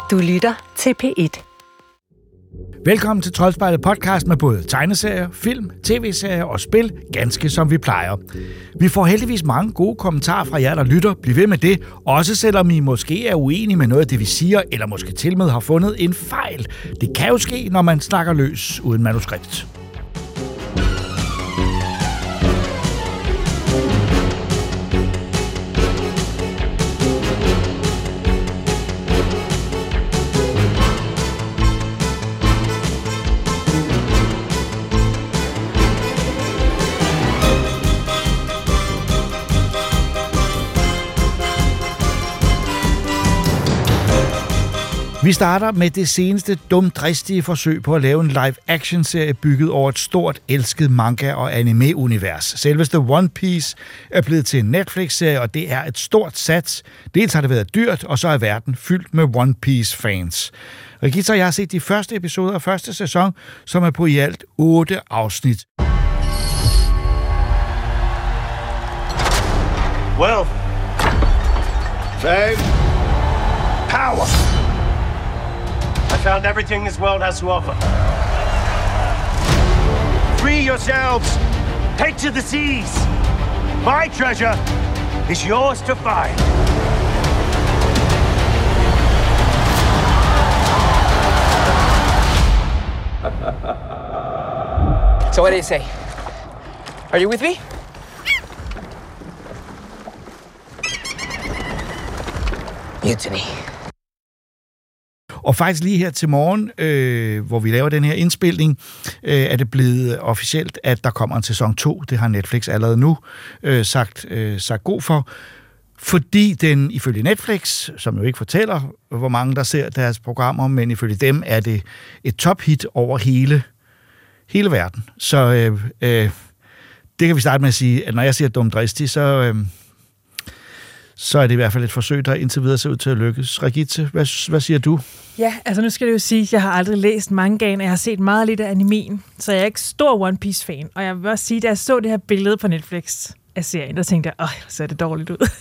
Du lytter til P1. Velkommen til Troldspejlet podcast med både tegneserier, film, tv-serier og spil, ganske som vi plejer. Vi får heldigvis mange gode kommentarer fra jer, der lytter. Bliv ved med det, også selvom I måske er uenige med noget af det, vi siger, eller måske til med har fundet en fejl. Det kan jo ske, når man snakker løs uden manuskript. Vi starter med det seneste dumdristige forsøg på at lave en live-action-serie bygget over et stort, elsket manga- og anime-univers. Selveste One Piece er blevet til en Netflix-serie, og det er et stort sats. Dels har det været dyrt, og så er verden fyldt med One Piece-fans. Regita og jeg har set de første episoder af første sæson, som er på i alt 8 afsnit. Wealth, fame, power. I found everything this world has to offer. Free yourselves. Take to the seas. My treasure is yours to find. So what do you say? Are you with me? Mutiny. Og faktisk lige her til morgen, hvor vi laver den her indspilning, er det blevet officielt, at der kommer en sæson 2. Det har Netflix allerede nu sagt god for. Fordi den ifølge Netflix, som jo ikke fortæller, hvor mange der ser deres programmer, men ifølge dem er det et tophit over hele verden. Så det kan vi starte med at sige, at når jeg siger dumdristig, så er det i hvert fald et forsøg, der indtil videre ser ud til at lykkes. Regitze, hvad siger du? Ja, altså nu skal det jo sige, at jeg har aldrig læst mangaen, og jeg har set meget lidt af animen, så jeg er ikke stor One Piece-fan. Og jeg vil også sige, at da jeg så det her billede på Netflix af serien, der tænkte jeg, så er det dårligt ud.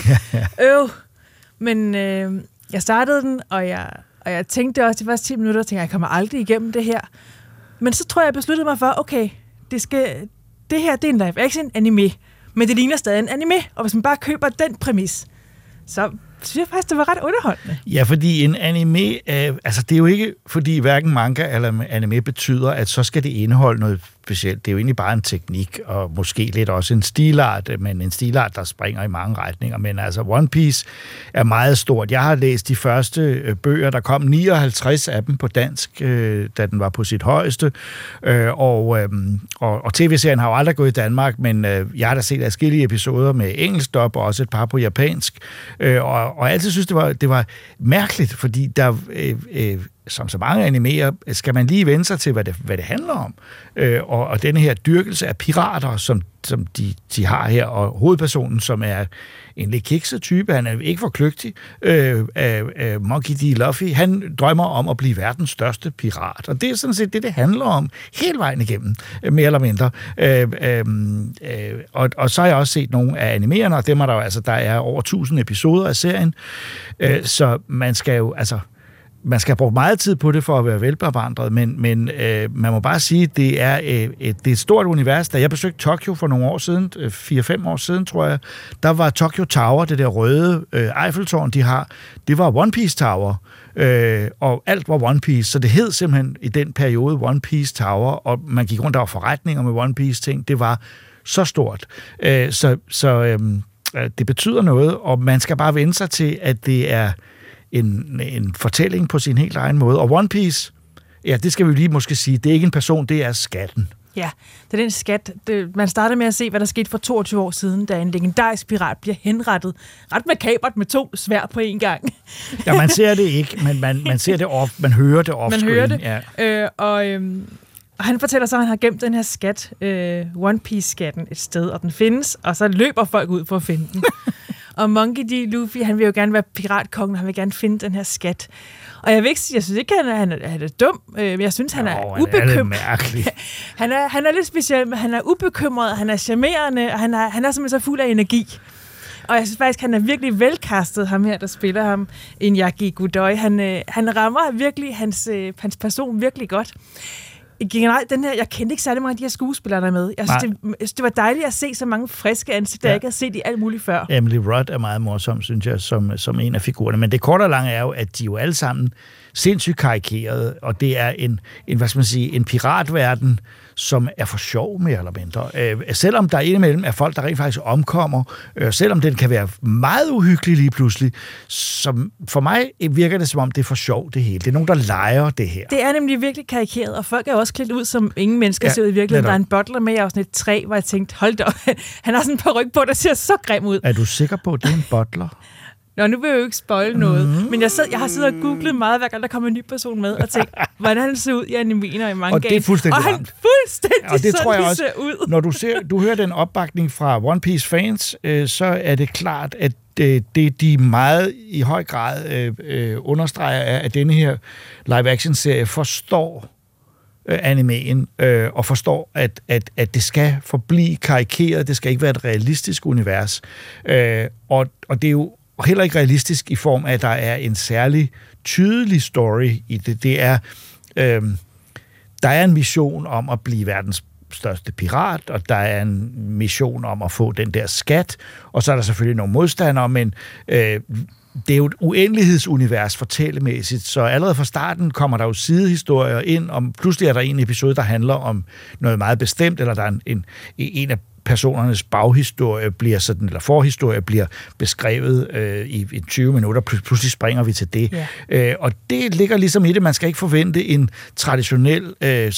Men jeg startede den, og jeg tænkte også de første 10 minutter, jeg kommer aldrig igennem det her. Men så tror jeg besluttede mig for, okay, det her det er en live-action anime, men det ligner stadig en anime, og hvis man bare køber den præmis, så synes jeg faktisk, det var ret underholdende. Ja, fordi en anime, det er jo ikke, fordi hverken manga eller anime betyder, at så skal det indeholde noget specielt. Det er jo egentlig bare en teknik, og måske lidt også en stilart, men en stilart, der springer i mange retninger. Men altså, One Piece er meget stort. Jeg har læst de første bøger, der kom 59 af dem på dansk, da den var på sit højeste. Og tv-serien har jo aldrig gået i Danmark, men jeg har da set adskillige episoder med engelsk dub, og også et par på japansk. Og jeg altid synes, det var mærkeligt, fordi der, som så mange animerer, skal man lige vende sig til, hvad det handler om. Og denne her dyrkelse af pirater, som de har her, og hovedpersonen, som er en lidt kikset type, han er ikke for kløgtig, Monkey D. Luffy, han drømmer om at blive verdens største pirat. Og det er sådan set det handler om hele vejen igennem, mere eller mindre. Og så har jeg også set nogle af animererne, og dem er der er over 1000 episoder af serien. Så man skal jo, man skal have brugt meget tid på det for at være velbevandret, men man må bare sige, at det er et stort univers. Da jeg besøgte Tokyo for nogle år siden, 4-5 år siden, tror jeg, der var Tokyo Tower, det der røde Eiffeltårn, de har, det var One Piece Tower, og alt var One Piece, så det hed simpelthen i den periode One Piece Tower, og man gik rundt, der var forretninger med One Piece ting, det var så stort. Det betyder noget, og man skal bare vende sig til, at det er en fortælling på sin helt egen måde. Og One Piece, ja, det skal vi lige måske sige, det er ikke en person, det er skatten. Ja, det er den skat. Man starter med at se, hvad der skete for 22 år siden, da en legendarisk pirat bliver henrettet ret makabert med 2 sværd på en gang. Ja, man ser det ikke, men man ser det off, man hører det off-screen. Man hører det, ja. Og han fortæller så, at han har gemt den her skat, One Piece-skatten, et sted, og den findes, og så løber folk ud for at finde den. Og Monkey D. Luffy, han vil jo gerne være piratkongen, han vil gerne finde den her skat. Og jeg synes ikke, han er dum, men jeg synes, han er ubekymret. Han er lidt speciel, men han er ubekymret, han er charmerende, og han er simpelthen så fuld af energi. Og jeg synes faktisk, han er virkelig velkastet, ham her, der spiller ham, Iñaki Godoy. Han rammer virkelig hans person virkelig godt. Generelt, jeg kendte ikke særlig mange af de her skuespillere, der er med. Jeg synes, det var dejligt at se så mange friske ansigter, jeg ikke havde set i alt muligt før. Emily Rudd er meget morsom, synes jeg, som en af figurerne. Men det korte og lange er jo, at de jo alle sammen sindssygt karikerede, og det er en piratverden, som er for sjov mere eller mindre. Selvom der indimellem er folk, der rent faktisk omkommer, selvom den kan være meget uhyggelig lige pludselig, som for mig virker det som om, det er for sjov det hele. Det er nogen, der leger det her. Det er nemlig virkelig karikeret, og folk er også klædt ud, som ingen mennesker ser ud i virkeligheden. Der er en butler med i afsnit 3, hvor jeg tænkte, hold da op, han har sådan en paryk på, der ser så grim ud. Er du sikker på, at det er en butler? Nå, nu vil jeg jo ikke spoile noget, men jeg har siddet og googlet meget, hver gang der kommer en ny person med, og tænkt, hvordan han ser ud i animeer i mange og det er fuldstændig og han fuldstændig og det tror jeg også, ser ud. Når du hører den opbakning fra One Piece fans, så er det klart, at det de meget i høj grad understreger, er, at denne her live-action-serie forstår animeen, og forstår, at det skal forblive karikeret, det skal ikke være et realistisk univers. Og det er jo heller ikke realistisk i form af, at der er en særlig tydelig story i det. Det er, der er en mission om at blive verdens største pirat, og der er en mission om at få den der skat, og så er der selvfølgelig nogle modstandere, men det er jo et uendelighedsunivers fortællemæssigt, så allerede fra starten kommer der jo sidehistorier ind, om pludselig er der en episode, der handler om noget meget bestemt, eller der er en af personernes baghistorie bliver sådan, eller forhistorie bliver beskrevet i 20 minutter, pludselig springer vi til det. Yeah. Og det ligger ligesom i det, man skal ikke forvente en traditionel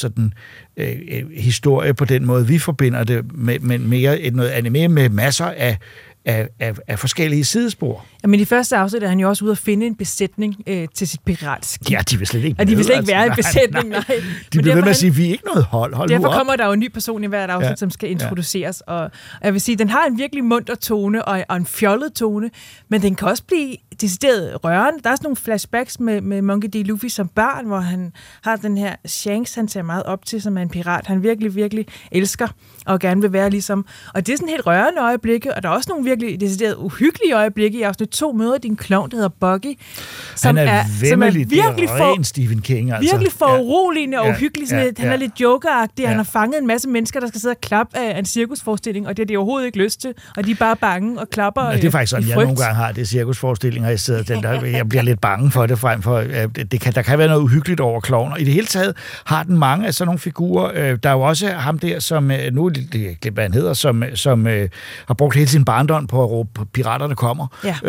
historie på den måde, vi forbinder det, men mere noget anime med masser af forskellige sidespor. Ja, men i første afsnit er han jo også ude at finde en besætning til sit piratskib. Ja, de vil slet ikke de vil slet ikke være en besætning, nej. De bliver ved med at sige, vi er ikke noget hold derfor kommer der jo en ny person i hvert afsnit, som skal introduceres. Og jeg vil sige, den har en virkelig munter tone og en fjollet tone, men den kan også blive decideret rørende. Der er sådan nogle flashbacks med Monkey D. Luffy som barn, hvor han har den her Shanks, han ser meget op til, som er en pirat. Han virkelig, virkelig elsker og gerne vil være ligesom. Og det er sådan helt rørende øjeblikke, og der er også nogle virkelig decideret uhyggelige øjeblikke. I afsnit 2 møder din klovn, der hedder Buggy, som er virkelig ren Stephen King, altså. Virkelig foruroligende og uhyggelig. Han er lidt jokeragtig, han har fanget en masse mennesker, der skal sidde og klappe af en cirkusforestilling, og det har de overhovedet ikke lyst til, og de er bare bange og klapper. Det er faktisk sådan, jeg nogle gange har det cirkusforestillinger, jeg bliver lidt bange for det, frem for der kan være noget uhyggeligt over klovner. I det hele taget har den mange af sådan nogle figurer. Der er jo også ham der, som nu glemmer hvad han hedder, som har brugt hele sin barndom på at råbe, piraterne kommer.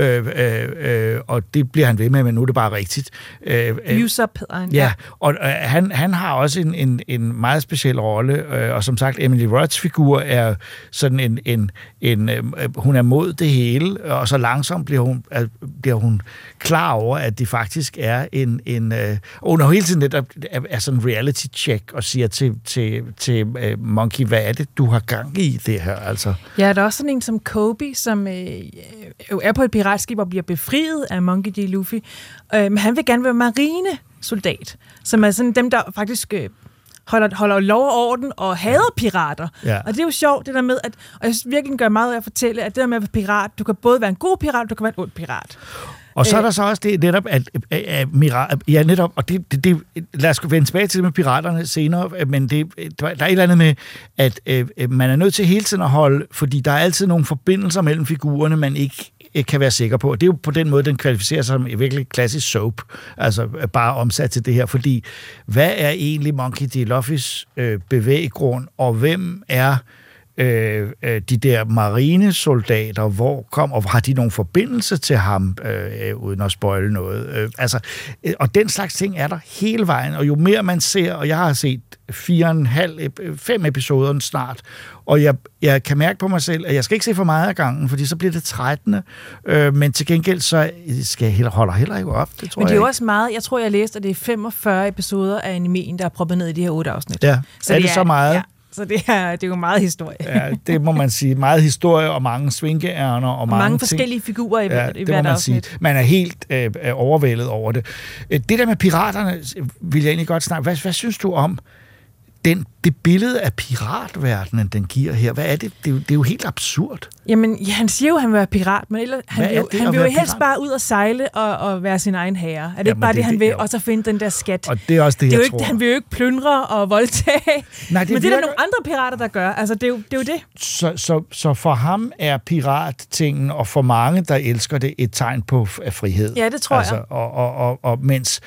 Ja. Og det bliver han ved med, men nu er det bare rigtigt. Usopp hedder han. Ja, og han har også en meget speciel rolle, og som sagt, Emily Rudds figur er sådan hun er mod det hele, og så langsomt bliver hun klar over, at det faktisk er og hun har hele tiden netop er sådan en reality check og siger til Monkey, hvad er det, du har gang i det her, altså? Ja, der er også sådan en som Kobe, som er på et piratskib og bliver befriet af Monkey D. Luffy. Men han vil gerne være marinesoldat, som er sådan dem, der faktisk holder lov og orden og hader pirater. Ja. Og det er jo sjovt, det der med, og jeg synes virkelig gør meget af at fortælle, at det der med at være pirat, du kan både være en god pirat, du kan være en ond pirat. Og så er der så også det netop, netop, og det lad os vende tilbage til det med piraterne senere, men der er et eller andet med, at man er nødt til hele tiden at holde, fordi der er altid nogle forbindelser mellem figurerne, man ikke kan være sikker på. Og det er jo på den måde, den kvalificerer sig som en virkelig klassisk soap, altså bare omsat til det her, fordi hvad er egentlig Monkey D. Luffys bevæggrund, og hvem er de der marinesoldater, og har de nogle forbindelse til ham, uden at spoile noget. Og den slags ting er der hele vejen, og jo mere man ser, og jeg har set 5 episoder snart, og jeg kan mærke på mig selv, at jeg skal ikke se for meget af gangen, fordi så bliver det trættende, men til gengæld så holder heller ikke op. Det tror men det er jo også meget, jeg tror jeg læste, at det er 45 episoder af animeen, der er proppet ned i de her 8 afsnit. Ja, så er det så meget? Ja. Så det er jo meget historie. Ja, det må man sige. Meget historie og mange svinkeærner og mange forskellige figurer i hvert afsnit. Sige. Man er helt overvældet over det. Det der med piraterne vil jeg egentlig godt snakke. Hvad synes du om det billede af piratverdenen, den giver her, hvad er det? Det er jo helt absurd. Jamen, ja, han siger jo, at han vil være pirat, men ellers, han vil jo helst bare ud og sejle og være sin egen herre. Er det ikke bare det, han vil? Og så finde den der skat. Og det er også det, jeg tror. Han vil jo ikke plyndre og voldtage. Nej, men det er der nogle andre pirater, der gør. Altså, det er jo det. Så for ham er pirattingen, og for mange, der elsker det, et tegn på frihed. Ja, det tror jeg. Og mens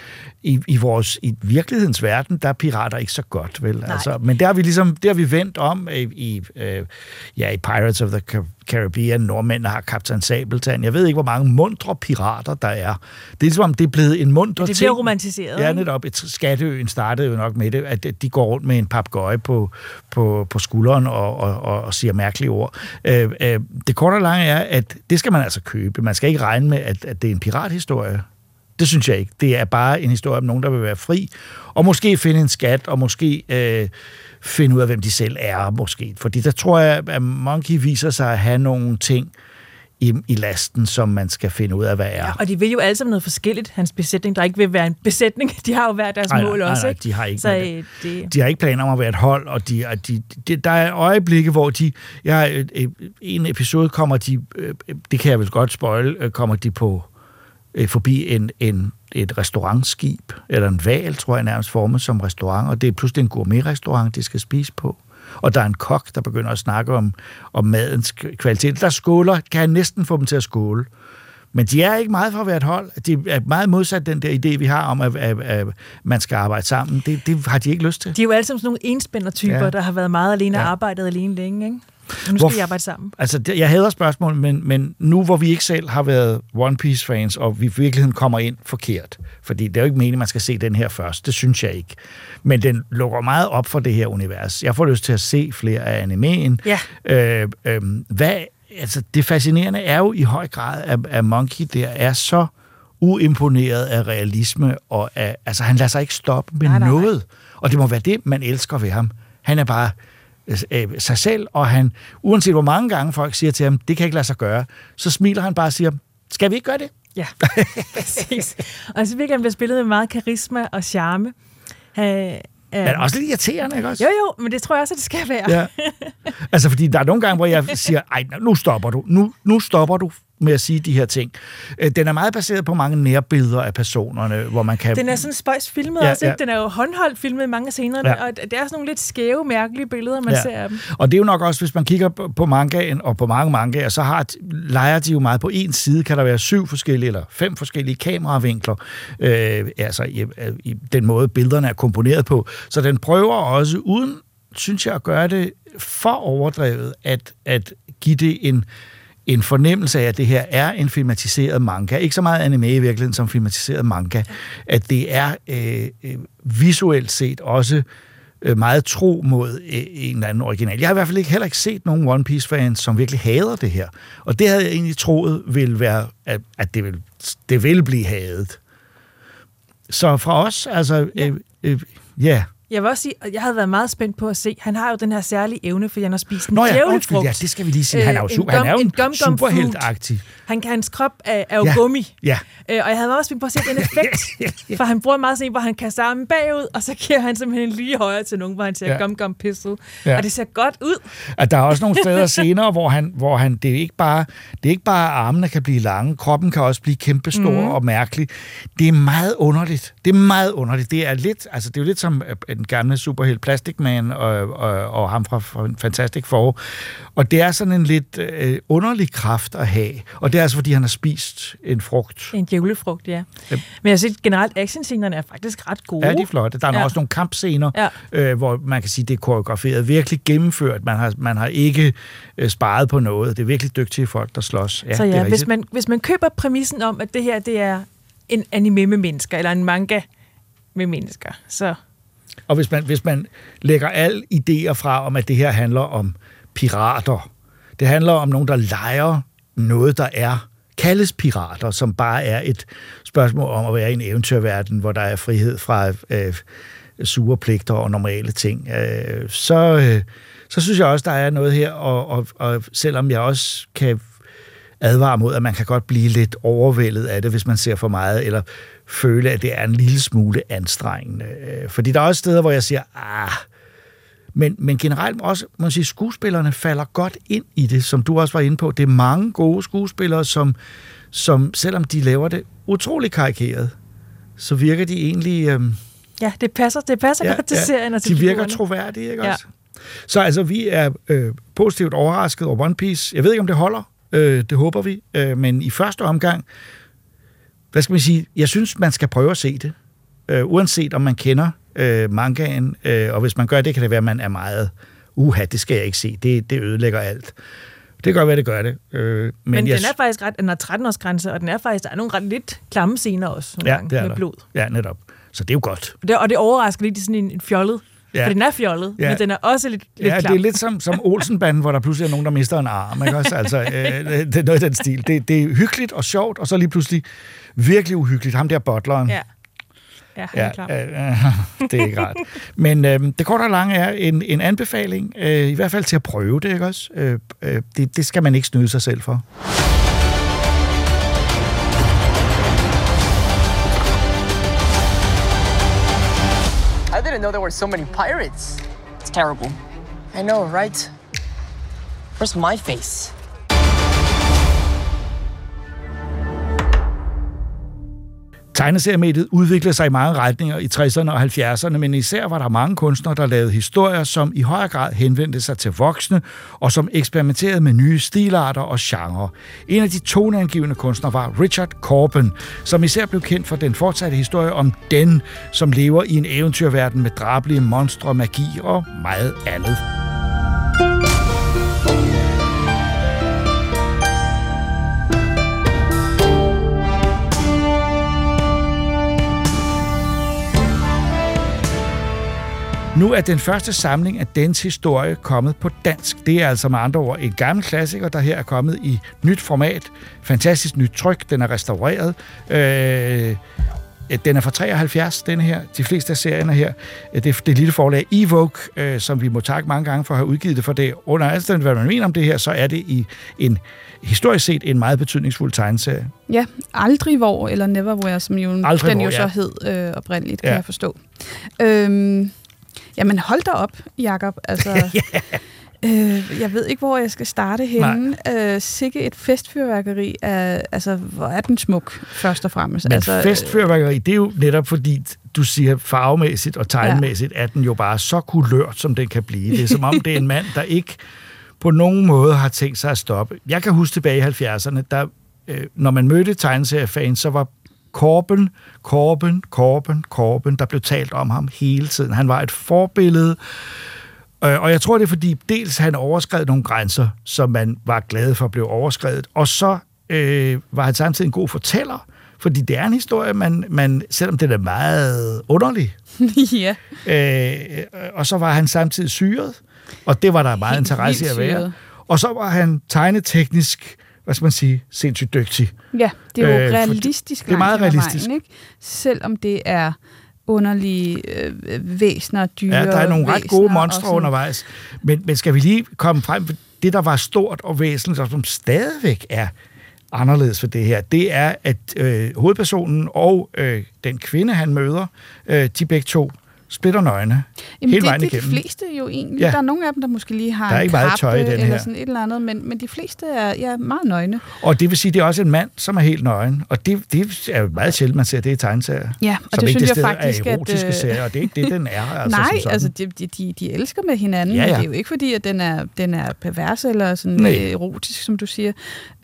i virkelighedens verden, der er pirater ikke så godt, vel? Altså, men der har vi vendt om i Pirates of the Caribbean. Nordmændene har Kaptajn Sabeltann. Jeg ved ikke, hvor mange muntre pirater der er. Det er ligesom, det er blevet en munter ting. Det bliver romantiseret. Ja, netop. Skatteøen startede jo nok med det, at de går rundt med en papegøje på skulderen og siger mærkelige ord. Det korte og lange er, at det skal man altså købe. Man skal ikke regne med, at det er en pirathistorie. Det synes jeg ikke. Det er bare en historie om nogen, der vil være fri, og måske finde en skat, og måske finde ud af, hvem de selv er, måske. Fordi der tror jeg, at Monkey viser sig at have nogle ting i lasten, som man skal finde ud af, hvad er. Ja, og de vil jo alle sammen noget forskelligt, hans besætning, der ikke vil være en besætning. De har jo hver deres mål også, ikke? De har ikke de har ikke planer om at være et hold, og der er øjeblikke, hvor en episode kommer de, det kan jeg vel godt spoil, kommer de på forbi et restaurantskib, eller en hval, tror jeg nærmest formet som restaurant, og det er pludselig en gourmet-restaurant, de skal spise på. Og der er en kok, der begynder at snakke om madens kvalitet. Der skåler, kan jeg næsten få dem til at skåle. Men de er ikke meget for at være et hold. De er meget modsat den der idé, vi har om, at man skal arbejde sammen. Det har de ikke lyst til. De er jo alle sammen sådan nogle enspændertyper, der har været meget alene og arbejdet alene længe, ikke? Nu skal I arbejde sammen. Altså, jeg hader spørgsmål, men nu hvor vi ikke selv har været One Piece-fans, og vi i virkeligheden kommer ind forkert, fordi det er jo ikke meningen, man skal se den her først, det synes jeg ikke. Men den lukker meget op for det her univers. Jeg får lyst til at se flere af animeen. Ja. Det fascinerende er jo i høj grad, at Monkey der er så uimponeret af realisme, og han lader sig ikke stoppe med noget. Og det må være det, man elsker ved ham. Han er bare sig selv, og han, uanset hvor mange gange folk siger til ham, det kan ikke lade sig gøre, så smiler han bare og siger, skal vi ikke gøre det? Ja, præcis. Og så virkelig han bliver spillet med meget karisma og charme. Men også lidt irriterende, ikke også? Jo, men det tror jeg også, at det skal være. Ja. Altså, fordi der er nogle gange, hvor jeg siger, ej, nu stopper du. Nu stopper du med at sige de her ting. Den er meget baseret på mange nærbilleder af personerne, hvor man kan... Den er sådan spøjs filmet også, ikke? Den er jo håndholdt filmet i mange af scenerne, og det er sådan nogle lidt skæve, mærkelige billeder, man ser af dem. Og det er jo nok også, hvis man kigger på mangaen, og på mange mangaer, så leger de jo meget på en side, kan der være 7 forskellige, eller 5 forskellige kameravinkler, i den måde, billederne er komponeret på. Så den prøver også, uden, synes jeg, at gøre det for overdrevet, at give det en fornemmelse af, at det her er en filmatiseret manga. Ikke så meget anime i virkeligheden som filmatiseret manga. At det er visuelt set også meget tro mod en eller anden original. Jeg har i hvert fald heller ikke set nogen One Piece-fans, som virkelig hader det her. Og det havde jeg egentlig troet ville være, at det vil blive hadet. Så fra os, altså... Ja. Jeg vil også sige, at jeg havde været meget spændt på at se. Han har jo den her særlige evne, fordi han har spist en djævlefrugt. Ja, det skal vi lige sige. Han er jo superheltagtig. Hans krop er jo gummi. Ja. Og jeg havde også spændt på at se den effekt. For han bruger meget sådan en, hvor han kaster armen bagud, og så giver han simpelthen lige højere til nogen, hvor han siger gum pistol. Ja. Og det ser godt ud. Og der er også nogle steder senere, hvor han det er ikke bare armene kan blive lange, kroppen kan også blive kæmpestor og mærkelig. Det er meget underligt. Det er lidt, altså det er jo lidt som den gamle superhelt Plastic Man og ham fra Fantastic Four. Og det er sådan en lidt underlig kraft at have. Og det er altså, fordi han har spist en frugt. En djævlefrugt, ja. Men jeg synes generelt, actionscenerne er faktisk ret gode. Ja, de er flotte. Der er også nogle kampscener, hvor man kan sige, det er koreograferet, virkelig gennemført. Man har ikke sparet på noget. Det er virkelig dygtige folk, der slås. Ja, så hvis man køber præmissen om, at det her det er en anime med mennesker, eller en manga med mennesker, så... Og hvis man lægger alle idéer fra om, at det her handler om pirater, det handler om nogen, der leger noget, der kaldes pirater, som bare er et spørgsmål om at være i en eventyrverden, hvor der er frihed fra sure pligter og normale ting, så synes jeg også, der er noget her, og selvom jeg også kan advare mod, at man kan godt blive lidt overvældet af det, hvis man ser for meget, eller føle, at det er en lille smule anstrengende. Fordi der er også steder, hvor jeg siger, Men generelt også, må man sige, skuespillerne falder godt ind i det, som du også var inde på. Det er mange gode skuespillere, som selvom de laver det utrolig karikeret, så virker de egentlig... Ja, det passer godt til serien og til de virker figurerne. troværdige, ikke Ja. også? Så altså, vi er positivt overrasket over One Piece. Jeg ved ikke, om det holder. Det håber vi. Men i første omgang, hvad skal man sige, jeg synes, man skal prøve at se det. Uanset om man kender mangaen, og hvis man gør det, kan det være, at man er meget, det skal jeg ikke se. Det ødelægger alt. Det kan godt være, det gør det. Men den er faktisk den har 13-årsgrænse, og den er faktisk, der er nogle ret lidt klamme scener også, det er med der. blod. Ja, netop. Så det er jo godt. Og det overrasker lidt, det er sådan en fjollet. Ja. For den er fjollet, men den er også lidt klam. Ja, det er lidt som Olsenbanden, hvor der pludselig er nogen, der mister en arm. Ikke også? Altså, det er noget af den stil. Det er hyggeligt og sjovt, og så lige pludselig virkelig uhyggeligt. Ham der butleren. Ja, han er klar. Det er ikke rart. Men det korte og lange er en anbefaling, i hvert fald til at prøve det, ikke også? Det skal man ikke snyde sig selv for. I didn't know there were so many pirates. It's terrible. I know, right? Where's my face? Tegneseriemediet udviklede sig i mange retninger i 60'erne og 70'erne, men især var der mange kunstnere, der lavede historier, som i højere grad henvendte sig til voksne, og som eksperimenterede med nye stilarter og genrer. En af de toneangivende kunstnere var Richard Corben, som især blev kendt for den fortsatte historie om Den, som lever i en eventyrverden med drabelige monstre, magi og meget andet. Nu er den første samling af Dens historie kommet på dansk. Det er altså med andre ord en gammel klassiker, der her er kommet i nyt format. Fantastisk nyt tryk. Den er restaureret. Den er fra 73, denne her. De fleste af serierne her. Det lille forlag Evoke, som vi må takke mange gange for at have udgivet det for det. Under anstændigt, hvad man mener om det her, så er det i en historisk set en meget betydningsfuld tegneserie. Ja, Aldrig Hvor, eller Neverwhere, som jo så hed oprindeligt, kan jeg forstå. Jamen hold da op, Jakob. Altså, jeg ved ikke, hvor jeg skal starte henne. Sikke et festfyrværkeri. Altså, hvor er den smuk, først og fremmest. Men festfyrværkeri, det er jo netop fordi, du siger farvemæssigt og tegnmæssigt, at den jo bare så kulørt, som den kan blive. Det er som om, det er en mand, der ikke på nogen måde har tænkt sig at stoppe. Jeg kan huske tilbage i 70'erne, der, når man mødte tegneseriefans, så var Corben, der blev talt om ham hele tiden. Han var et forbillede, og jeg tror, det er fordi, dels han overskred nogle grænser, som man var glad for at blive overskredet, og så var han samtidig en god fortæller, fordi det er en historie, man selvom den er meget underlig. Ja. Og så var han samtidig syret, og det var der meget interesse i at være. Og så var han tegneteknisk, hvad skal man sige, sindssygt dygtig. Ja, det er jo realistisk. Det er meget realistisk. Vejen, ikke? Selvom det er underlige væsener, dyre. Ja, der er nogle ret gode monstre undervejs. Men skal vi lige komme frem til det, der var stort og væsentligt, og som stadigvæk er anderledes for det her, det er, at hovedpersonen og den kvinde, han møder, de begge to splitter nøgne. Jamen, hele vejen det igennem. De fleste jo egentlig. Ja. Der er nogle af dem, der måske lige har der er ikke meget tøj i den eller her. sådan et eller andet, men de fleste er meget nøgne. Og det vil sige, det er også en mand, som er helt nøgen. Og det er jo meget sjældent, man ser det i tegneserier. Ja, og det synes jeg faktisk, er erotiske serier, og det er ikke det, den er. Altså, nej, altså de elsker med hinanden, men det er jo ikke fordi, at den er pervers eller sådan erotisk, som du siger.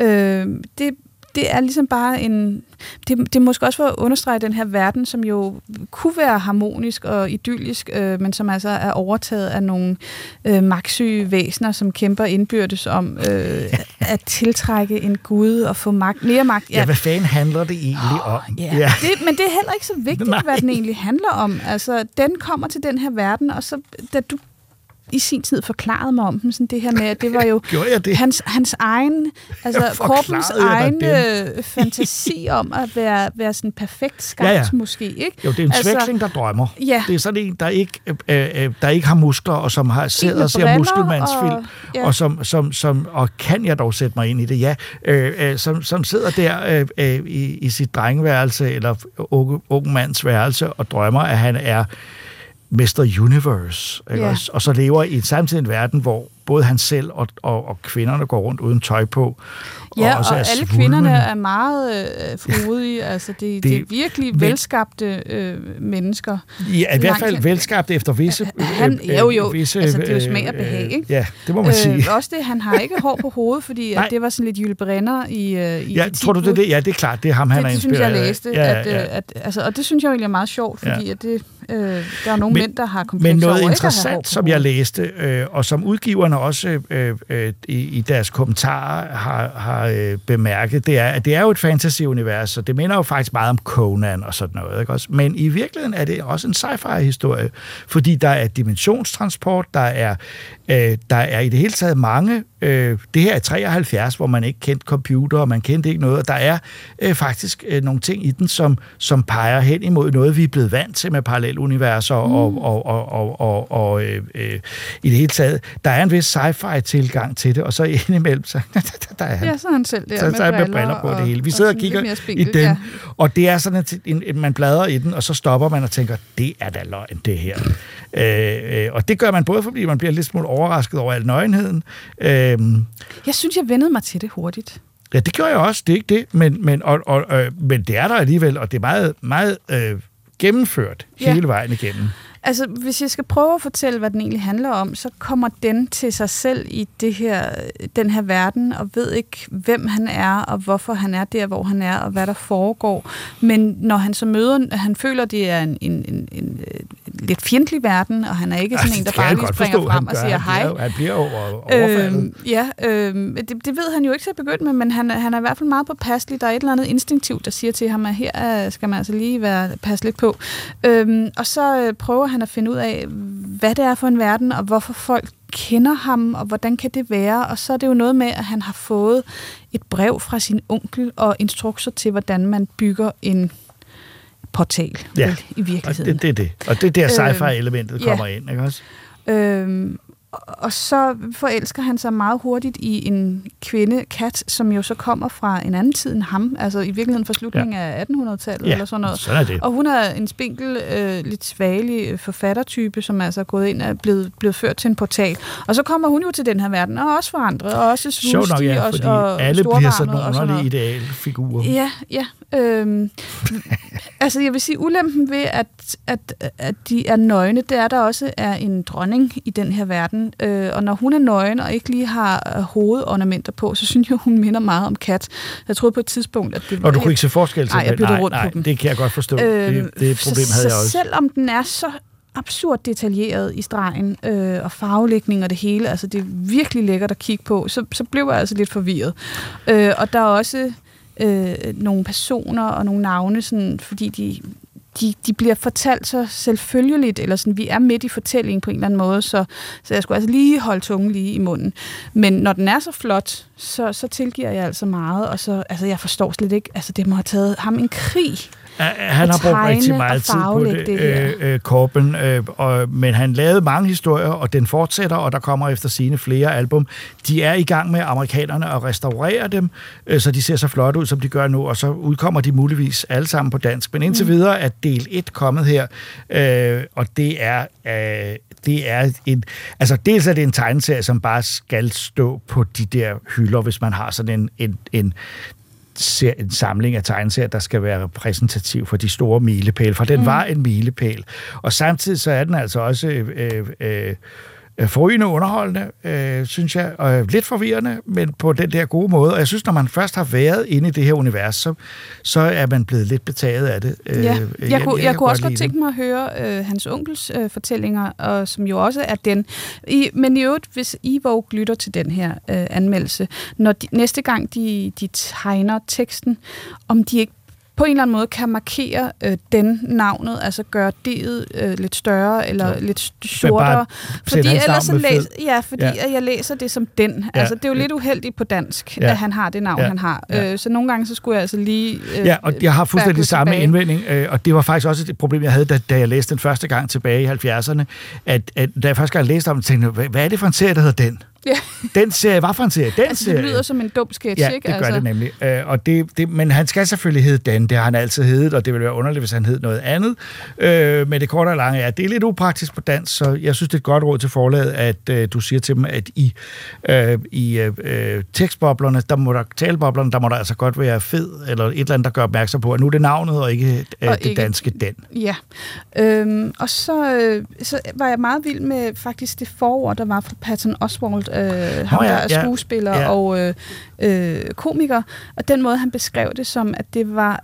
Det er ligesom bare det er måske også for at understrege den her verden, som jo kunne være harmonisk og idyllisk, men som altså er overtaget af nogle magtsyge væsener, som kæmper indbyrdes om at tiltrække en gud og få mere magt. Ja, hvad fanden handler det egentlig om? Ja. Men det er heller ikke så vigtigt, hvad den egentlig handler om. Altså, den kommer til den her verden, og så da du i sin tid forklarede mig om dem, sådan det her med, at det var jo hans egen, altså Corbens egen fantasi om at være sådan perfekt skabt, måske, ikke? Jo, det er en svækling, der drømmer. Ja. Det er sådan en, der ikke har muskler, og som har siddet og ser muskelmandsfilm, og kan jeg dog sætte mig ind i det, som sidder der i sit drengeværelse, eller unge mands værelse, og drømmer, at han er Mr. Universe, ikke også? Og så lever i samtidig en verden, hvor både han selv og kvinderne går rundt uden tøj på. Ja, og alle svulmende. Kvinderne er meget frodige. Altså, det er virkelig velskabte mennesker. Ja, i hvert fald velskabte efter visse... visse, altså det er jo smag og behag, ikke? Ja, det må man sige. Også det, han har ikke hår på hovedet, fordi det var sådan lidt Jules Brenner i tror du det? Ja, det er klart, det er ham, han er inspireret. Det synes jeg læste. Altså, og det synes jeg egentlig er meget sjovt, fordi at det, der er nogle mænd, der har komplekser over. Men noget interessant, som jeg læste, og som udgiverne også i deres kommentarer har bemærket, det er, at det er jo et fantasy-univers, og det minder jo faktisk meget om Conan og sådan noget, ikke også? Men i virkeligheden er det også en sci-fi-historie, fordi der er dimensionstransport, der er i det hele taget mange. Det her er 73, hvor man ikke kendte computer, og man kendte ikke noget, og der er faktisk nogle ting i den, som peger hen imod noget, vi er blevet vant til med paralleluniverser, og i det hele taget, der er en vis sci-fi-tilgang til det, og så indimellem, så der er han. Ja, så er han selv der med briller på det hele. Vi sidder og kigger i den, og det er sådan, at man bladrer i den, og så stopper man og tænker, det er da løgn, det her. Og det gør man både, fordi man bliver lidt smule overrasket over al nøgenheden. Jeg synes, jeg vendede mig til det hurtigt. Ja, det gjorde jeg også. Det er ikke det, men det er der alligevel, og det er meget, meget gennemført hele vejen igennem. Altså, hvis jeg skal prøve at fortælle, hvad den egentlig handler om, så kommer den til sig selv i den her verden, og ved ikke, hvem han er, og hvorfor han er der, hvor han er, og hvad der foregår. Men når han så møder, han føler, det er en lidt fjendtlig verden, og han er ikke sådan en, der bare lige springer frem og siger hej. Han bliver overfaldet. Det ved han jo ikke til at begynde med, men han er i hvert fald meget påpasselig. Der er et eller andet instinktivt, der siger til ham, at her skal man altså lige passe lidt på. Og så prøver han at finde ud af, hvad det er for en verden, og hvorfor folk kender ham, og hvordan kan det være. Og så er det jo noget med, at han har fået et brev fra sin onkel og instrukser til, hvordan man bygger en portal i virkeligheden. Og det er det. Og det er der sci-fi-elementet kommer ind, ikke også? Og så forelsker han sig meget hurtigt i en kvinde, Kat, som jo så kommer fra en anden tid end ham, altså i virkeligheden fra slutningen af 1800-tallet eller sådan noget. Sådan er det. Og hun er en spinkel, lidt svagelig forfattertype, som altså er gået ind og er blevet ført til en portal. Og så kommer hun jo til den her verden, og også forandret, og også svulstig, og storvarmet. Alle bliver sådan nogle underlige idealfigurer. Ja. Altså jeg vil sige, ulempen ved, at de er nøgne, det er, der også er en dronning i den her verden. Og når hun er nøgen og ikke lige har hovedornamenter på, så synes jeg, hun minder meget om Kat. Jeg troede på et tidspunkt, at det var... Og du kunne ikke se forskel til det? Nej, jeg byttede rundt på dem. Det kan jeg godt forstå. Det problem havde jeg også. Selvom den er så absurd detaljeret i stregen og farvelægning og det hele, altså det er virkelig lækkert at kigge på, så blev jeg altså lidt forvirret. Og der er også nogle personer og nogle navne, sådan, fordi de bliver fortalt så selvfølgeligt, eller sådan, vi er midt i fortællingen på en eller anden måde, så jeg skulle altså lige holde tungen lige i munden. Men når den er så flot, så tilgiver jeg altså meget, og så, altså jeg forstår slet ikke, altså det må have taget ham en krig. Han har brugt rigtig meget tid på det Corben, men han lavede mange historier, og den fortsætter, og der kommer efter sine flere album. De er i gang med amerikanerne at restaurere dem, så de ser så flotte ud, som de gør nu, og så udkommer de muligvis alle sammen på dansk. Men indtil videre er del 1 kommet her, og det er en... Altså, dels er det en tegneserie, som bare skal stå på de der hylder, hvis man har sådan en samling af tegneserier, der skal være repræsentativ for de store milepæle, for den var en milepæl. Og samtidig så er den altså også forrygende underholdende, synes jeg, og lidt forvirrende, men på den der gode måde. Og jeg synes, når man først har været inde i det her univers, så er man blevet lidt betaget af det. Jeg kunne også godt tænke mig at høre hans onkels fortællinger, og som jo også er den. Men i øvrigt, hvis Ivåg lytter til den her anmeldelse, når næste gang de tegner teksten, om de ikke på en eller anden måde kan markere den navnet, altså gøre D'et lidt større eller lidt sortere. Fordi ellers jeg læser det som den. Ja, altså det er jo lidt uheldigt på dansk, at han har det navn, han har. Ja. Så nogle gange så skulle jeg altså lige og jeg har fuldstændig samme indvending, og det var faktisk også et problem, jeg havde, da jeg læste den første gang tilbage i 70'erne, at da jeg første gang læste om den, tænkte jeg, hvad er det for en serie, der hedder den? Den serie, hvad for en serie? Den serie. Det lyder som en dum sketch, ja, ikke? Ja, det gør det nemlig. Og men han skal selvfølgelig hedde Dan, det har han altid heddet, og det ville være underligt, hvis han hed noget andet. Men det korte og lange er, det er lidt upraktisk på dansk, så jeg synes, det er et godt råd til forlaget, at du siger til dem, at i tekstboblerne, taleboblerne, der må der altså godt være fed, eller et eller andet, der gør opmærksom på, at nu er det navnet, og ikke det danske Dan. Ja. Og så var jeg meget vild med faktisk det forord, der var fra Patton Oswalt, ham der er skuespiller og komiker, og den måde, han beskrev det som, at det var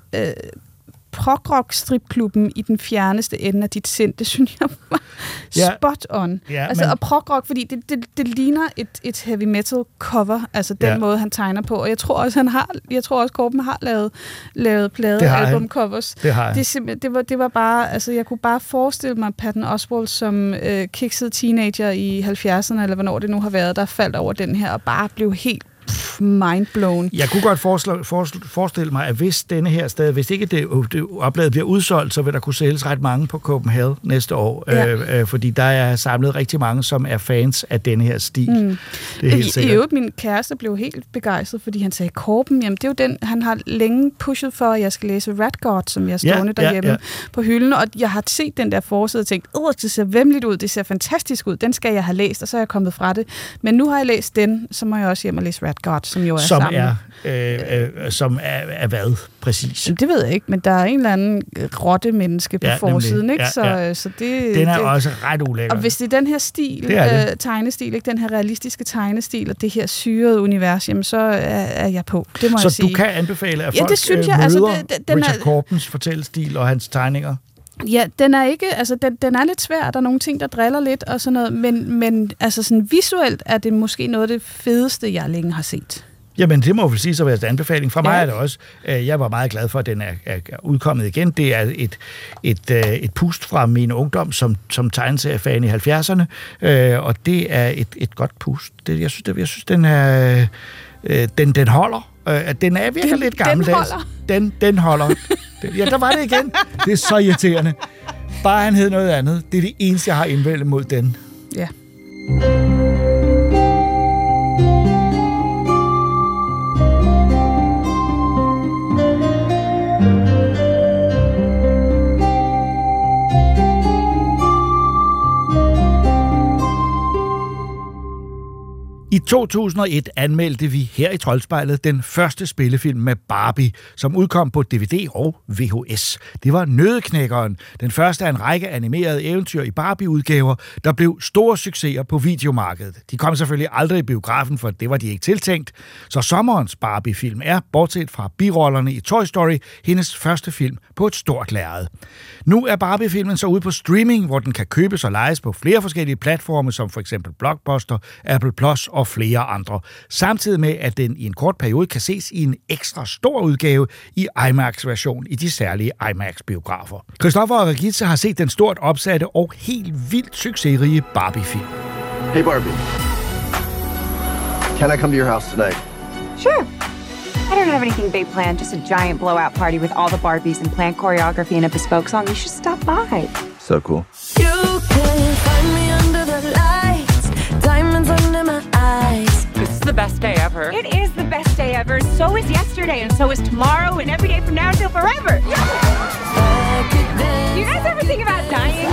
prog-rock-stripklubben i den fjerneste ende af dit sind, det synes jeg var spot on. Ja, altså, og prog-rock, fordi det ligner et heavy metal cover, altså den måde, han tegner på, og jeg tror også, Korben har lavet pladealbum-covers. Det var bare, altså jeg kunne bare forestille mig Patton Oswalt som kikset teenager i 70'erne, eller hvornår det nu har været, der faldt over den her, og bare blev helt mindblown. Jeg kunne godt forestille mig, at hvis denne her sted, hvis ikke det oplaget bliver udsolgt, så vil der kunne sælges ret mange på Copenhagen næste år, fordi der er samlet rigtig mange, som er fans af denne her stil. Det er helt sikkert. I øvrigt, min kæreste blev helt begejstret, fordi han sagde, Korben, jamen det er jo den, han har længe pushet for, at jeg skal læse Rat God, som jeg stående derhjemme på hylden, og jeg har set den der forside og tænkt, det ser væmmeligt ud, det ser fantastisk ud, den skal jeg have læst, og så er jeg kommet fra det. Men nu har jeg læst den, så må jeg også hjem og læse Rat God, som jo er som er hvad præcis? Jamen, det ved jeg ikke, men der er en eller anden rotte-menneske på forsiden, ikke? Så den er også ret ulækker. Og hvis det er den her stil, tegnestil, ikke den her realistiske tegnestil, og det her syrede univers, jamen så er jeg på. Det må jeg sige. Så du kan anbefale, at folk det synes jeg, møder Richard Corbens fortællestil og hans tegninger? Ja, den er ikke, altså den er lidt svær, der er nogle ting, der driller lidt og sådan noget, men altså sådan visuelt er det måske noget af det fedeste, jeg længe har set. Jamen, det må vel sige så være en anbefaling. Fra mig er det også. Jeg var meget glad for, at den er udkommet igen. Det er et pust fra min ungdom som tegneseriefan i 70'erne, og det er et godt pust. Jeg synes den er den holder. Den er virkelig lidt gammeldags. Den holder. Ja, der var det igen. Det er så irriterende. Bare han hed noget andet. Det er det eneste, jeg har indvendt mod den. Ja. I 2001 anmeldte vi her i Troldspejlet den første spillefilm med Barbie, som udkom på DVD og VHS. Det var Nøddeknækkeren, den første af en række animerede eventyr i Barbie-udgaver, der blev store succeser på videomarkedet. De kom selvfølgelig aldrig i biografen, for det var de ikke tiltænkt. Så sommerens Barbie-film er, bortset fra birollerne i Toy Story, hendes første film på et stort lærred. Nu er Barbie-filmen så ude på streaming, hvor den kan købes og lejes på flere forskellige platforme, som for eksempel Blockbuster, Apple Plus og flere andre. Samtidig med, at den i en kort periode kan ses i en ekstra stor udgave i IMAX-version i de særlige IMAX-biografer. Christoffer og Regitze har set den stort opsatte og helt vildt succesrige Barbie-film. Hey Barbie, can I come to your house tonight? Sure. I don't have anything big planned, just a giant blowout party with all the Barbies and planned choreography and a bespoke song. You should stop by. So cool. You can find me under the lights, diamonds under my eyes. This is the best day ever. It is the best day ever. So is yesterday, and so is tomorrow, and every day from now until forever. You guys ever think about dying?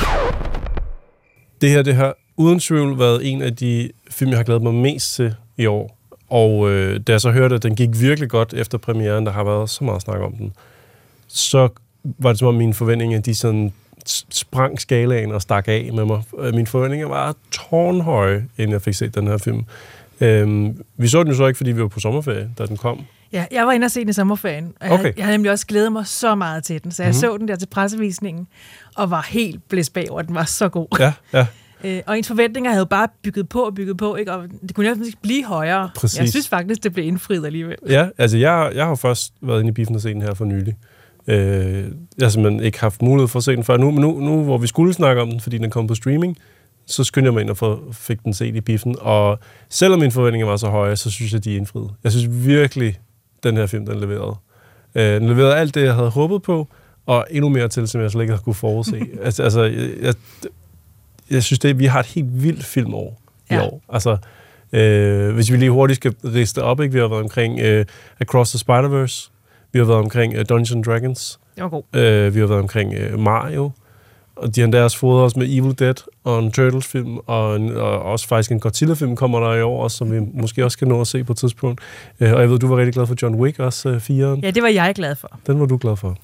Det har uden tvivl været en af de film, jeg har glædet mig mest til i år. Og da jeg så hørte, at den gik virkelig godt efter premieren, der har været så meget snak om den, så var det som om mine forventninger, de sådan sprang skalaen og stak af med mig. Mine forventninger var tårnhøje, inden jeg fik set den her film. Vi så den jo så ikke, fordi vi var på sommerferie, da den kom. Ja, jeg var inde og se den i sommerferien, og jeg havde nemlig også glædet mig så meget til den, så jeg så den der til pressevisningen, og var helt blæst bag over, den var så god. Ja. Og ens forventninger havde bare bygget på, ikke? Og det kunne næsten ikke blive højere. Præcis. Jeg synes faktisk, det blev indfriet alligevel. Ja, altså jeg har først været inde i biffen og set den her for nylig. Jeg har simpelthen ikke haft mulighed for at se den før. Nu hvor vi skulle snakke om den, fordi den kom på streaming, så skyndte jeg mig ind og fik den set i biffen. Og selvom mine forventninger var så høje, så synes jeg, de er indfriet. Jeg synes virkelig, den her film, den leverede. Den leverede alt det, jeg havde håbet på, og endnu mere til, som jeg slet ikke havde kunne forudse. Jeg synes, vi har et helt vildt filmår i år. Altså, Hvis vi lige hurtigt skal riste op, ikke? Vi har været omkring Across the Spider-Verse, vi har været omkring Dungeons & Dragons, det var god. Vi har været omkring Mario, og de har endda også fået os med Evil Dead og en Turtles-film, og også faktisk en Godzilla-film kommer der i år, også, som vi måske også skal nå at se på et tidspunkt. Og jeg ved, du var rigtig glad for John Wick også, 4'eren. Ja, det var jeg glad for. Den var du glad for.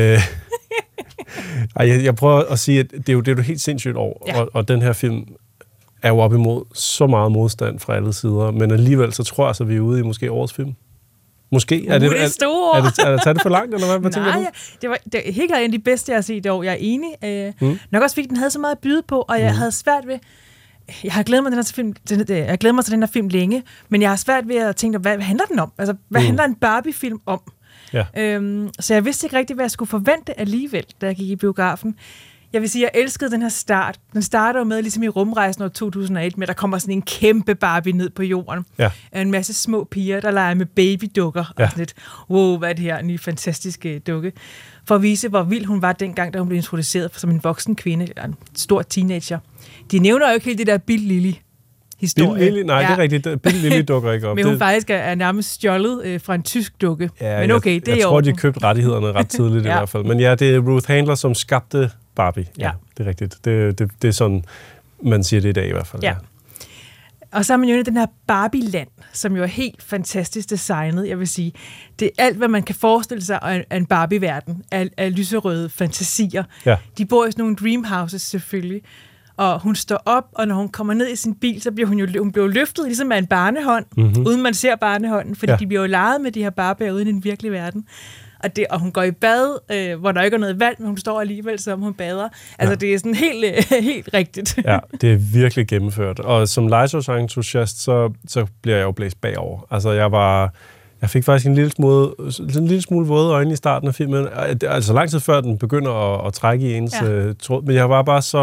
Jeg prøver at sige, at det er jo helt sindssygt år, ja. og den her film er jo op imod så meget modstand fra alle sider, men alligevel så tror jeg, at vi er ude i måske årets film. Måske. Er det taget det for langt, eller hvad tænker du? Det er helt klart en af de bedste, jeg har set i år. Jeg er enig. Nok også fordi den havde så meget at byde på, og jeg havde svært ved... Jeg har glædet mig til den her film længe, men jeg har svært ved at tænke, hvad handler den om? Altså, hvad handler en Barbie-film om? Ja. Så jeg vidste ikke rigtigt, hvad jeg skulle forvente alligevel, da jeg gik i biografen. Jeg vil sige, at jeg elskede den her start. Den starter jo med, ligesom i Rumrejsen år 2001, med at der kommer sådan en kæmpe Barbie ned på jorden. Ja. En masse små piger, der leger med babydukker. Ja. Og sådan lidt, wow, hvad er det her, en ny fantastiske dukke. For at vise, hvor vild hun var dengang, da hun blev introduceret som en voksen kvinde, eller en stor teenager. De nævner jo ikke helt det der Bill Lilly historie. Bill Lilly? Nej, det er rigtigt. Bill Lilly dukker ikke op. Men hun faktisk er nærmest stjålet fra en tysk dukke. Ja, men okay, det er jo... Jeg tror, de købte rettighederne ret tidligt i hvert fald. Men ja, det er Ruth Handler, som skabte Barbie. Ja, det er rigtigt. Det er sådan, man siger det i dag i hvert fald. Ja. Og så har man jo den her Barbie-land, som jo er helt fantastisk designet, jeg vil sige. Det er alt, hvad man kan forestille sig af en Barbie-verden, af lyserøde fantasier. Ja. De bor i sådan nogle dreamhouses selvfølgelig. Og hun står op, og når hun kommer ned i sin bil, så bliver hun bliver løftet ligesom af en barnehånd, uden man ser barnehånden, fordi de bliver jo leget med de her Barbier ude i den virkelige verden. Og hun går i bad, hvor der ikke er noget vand, men hun står alligevel, som hun bader. Altså, det er sådan helt rigtigt. Ja, det er virkelig gennemført. Og som legetøjsentusiast, så bliver jeg jo blæst bagover. Altså, jeg fik faktisk en lille smule våde øjne i starten af filmen. Altså, lang tid før den begynder at trække i ens tråd. Men jeg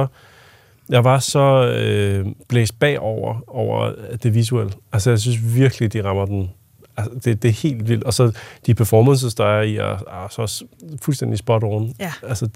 var så blæst bagover over det visuelle. Altså, jeg synes virkelig, de rammer den. Altså, det er helt vildt. Og så de performances, der er i, er så også fuldstændig spot on. Ja. Altså,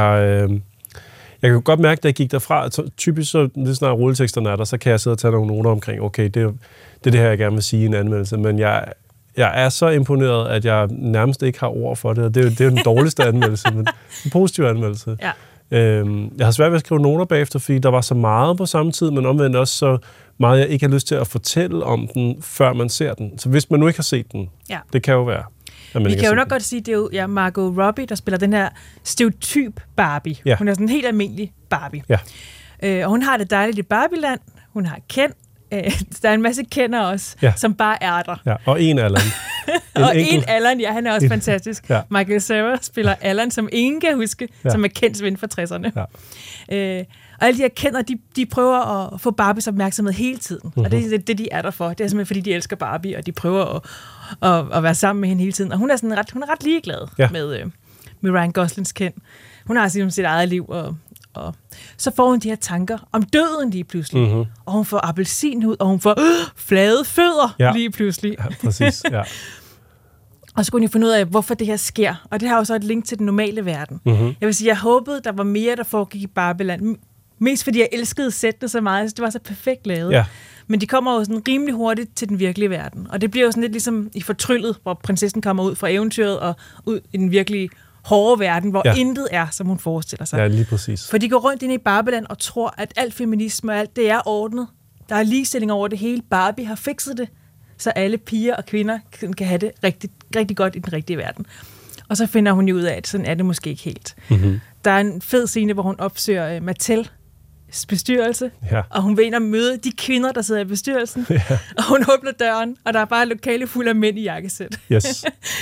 jeg kan godt mærke, da jeg gik derfra, typisk så, lige snart rulleteksterne er der, så kan jeg sidde og tage nogle noter omkring, okay, det er det her, jeg gerne vil sige i en anmeldelse, men jeg er så imponeret, at jeg nærmest ikke har ord for det, og det er jo den dårligste anmeldelse, men en positiv anmeldelse. Ja. Jeg har svært ved at skrive noter bagefter, fordi der var så meget på samme tid, men omvendt også så meget, jeg ikke har lyst til at fortælle om den, før man ser den. Så hvis man nu ikke har set den, det kan jo være. Vi kan jo nok godt sige, det er jo Margot Robbie, der spiller den her stereotyp Barbie. Ja. Hun er sådan en helt almindelig Barbie. Ja. Og hun har det dejligt i Barbieland. Hun har Ken. Der er en masse kender også, som bare er der. Ja, og en Allan. En Allan, ja, han er også fantastisk. Ja. Michael Cera spiller Allan, som ingen kan huske, som er Kens ven fra 60'erne. Ja. Og alle de her kender, de prøver at få Barbies opmærksomhed hele tiden. Og det er det, de er der for. Det er simpelthen, fordi de elsker Barbie, og de prøver at være sammen med hende hele tiden. Og hun er ret ligeglad med Ryan Goslings Ken. Hun har sit eget liv, og så får hun de her tanker om døden lige pludselig. Og hun får appelsinhud, og hun får flade fødder lige pludselig. Ja, præcis, ja. Og så kunne hun finde ud af, hvorfor det her sker. Og det har jo så et link til den normale verden. Jeg vil sige, jeg håbede, der var mere, der foregik i Barbieland. Mest fordi jeg elskede sættene så meget. Det var så perfekt lavet. Ja. Men de kommer jo sådan rimelig hurtigt til den virkelige verden. Og det bliver jo sådan lidt ligesom i Fortryllet, hvor prinsessen kommer ud fra eventyret og ud i den virkelige hårde verden, hvor intet er, som hun forestiller sig. Ja, lige præcis. For de går rundt inde i Barbieland og tror, at alt feminisme og alt det er ordnet. Der er ligestilling over det hele. Barbie har fikset det, så alle piger og kvinder kan have det rigtig, rigtig godt i den rigtige verden. Og så finder hun jo ud af, at sådan er det måske ikke helt. Der er en fed scene, hvor hun opsøger Mattel bestyrelse, og hun vil ind og møde de kvinder, der sidder i bestyrelsen, og hun åbner døren, og der er bare et lokale fuld af mænd i jakkesæt. Yes.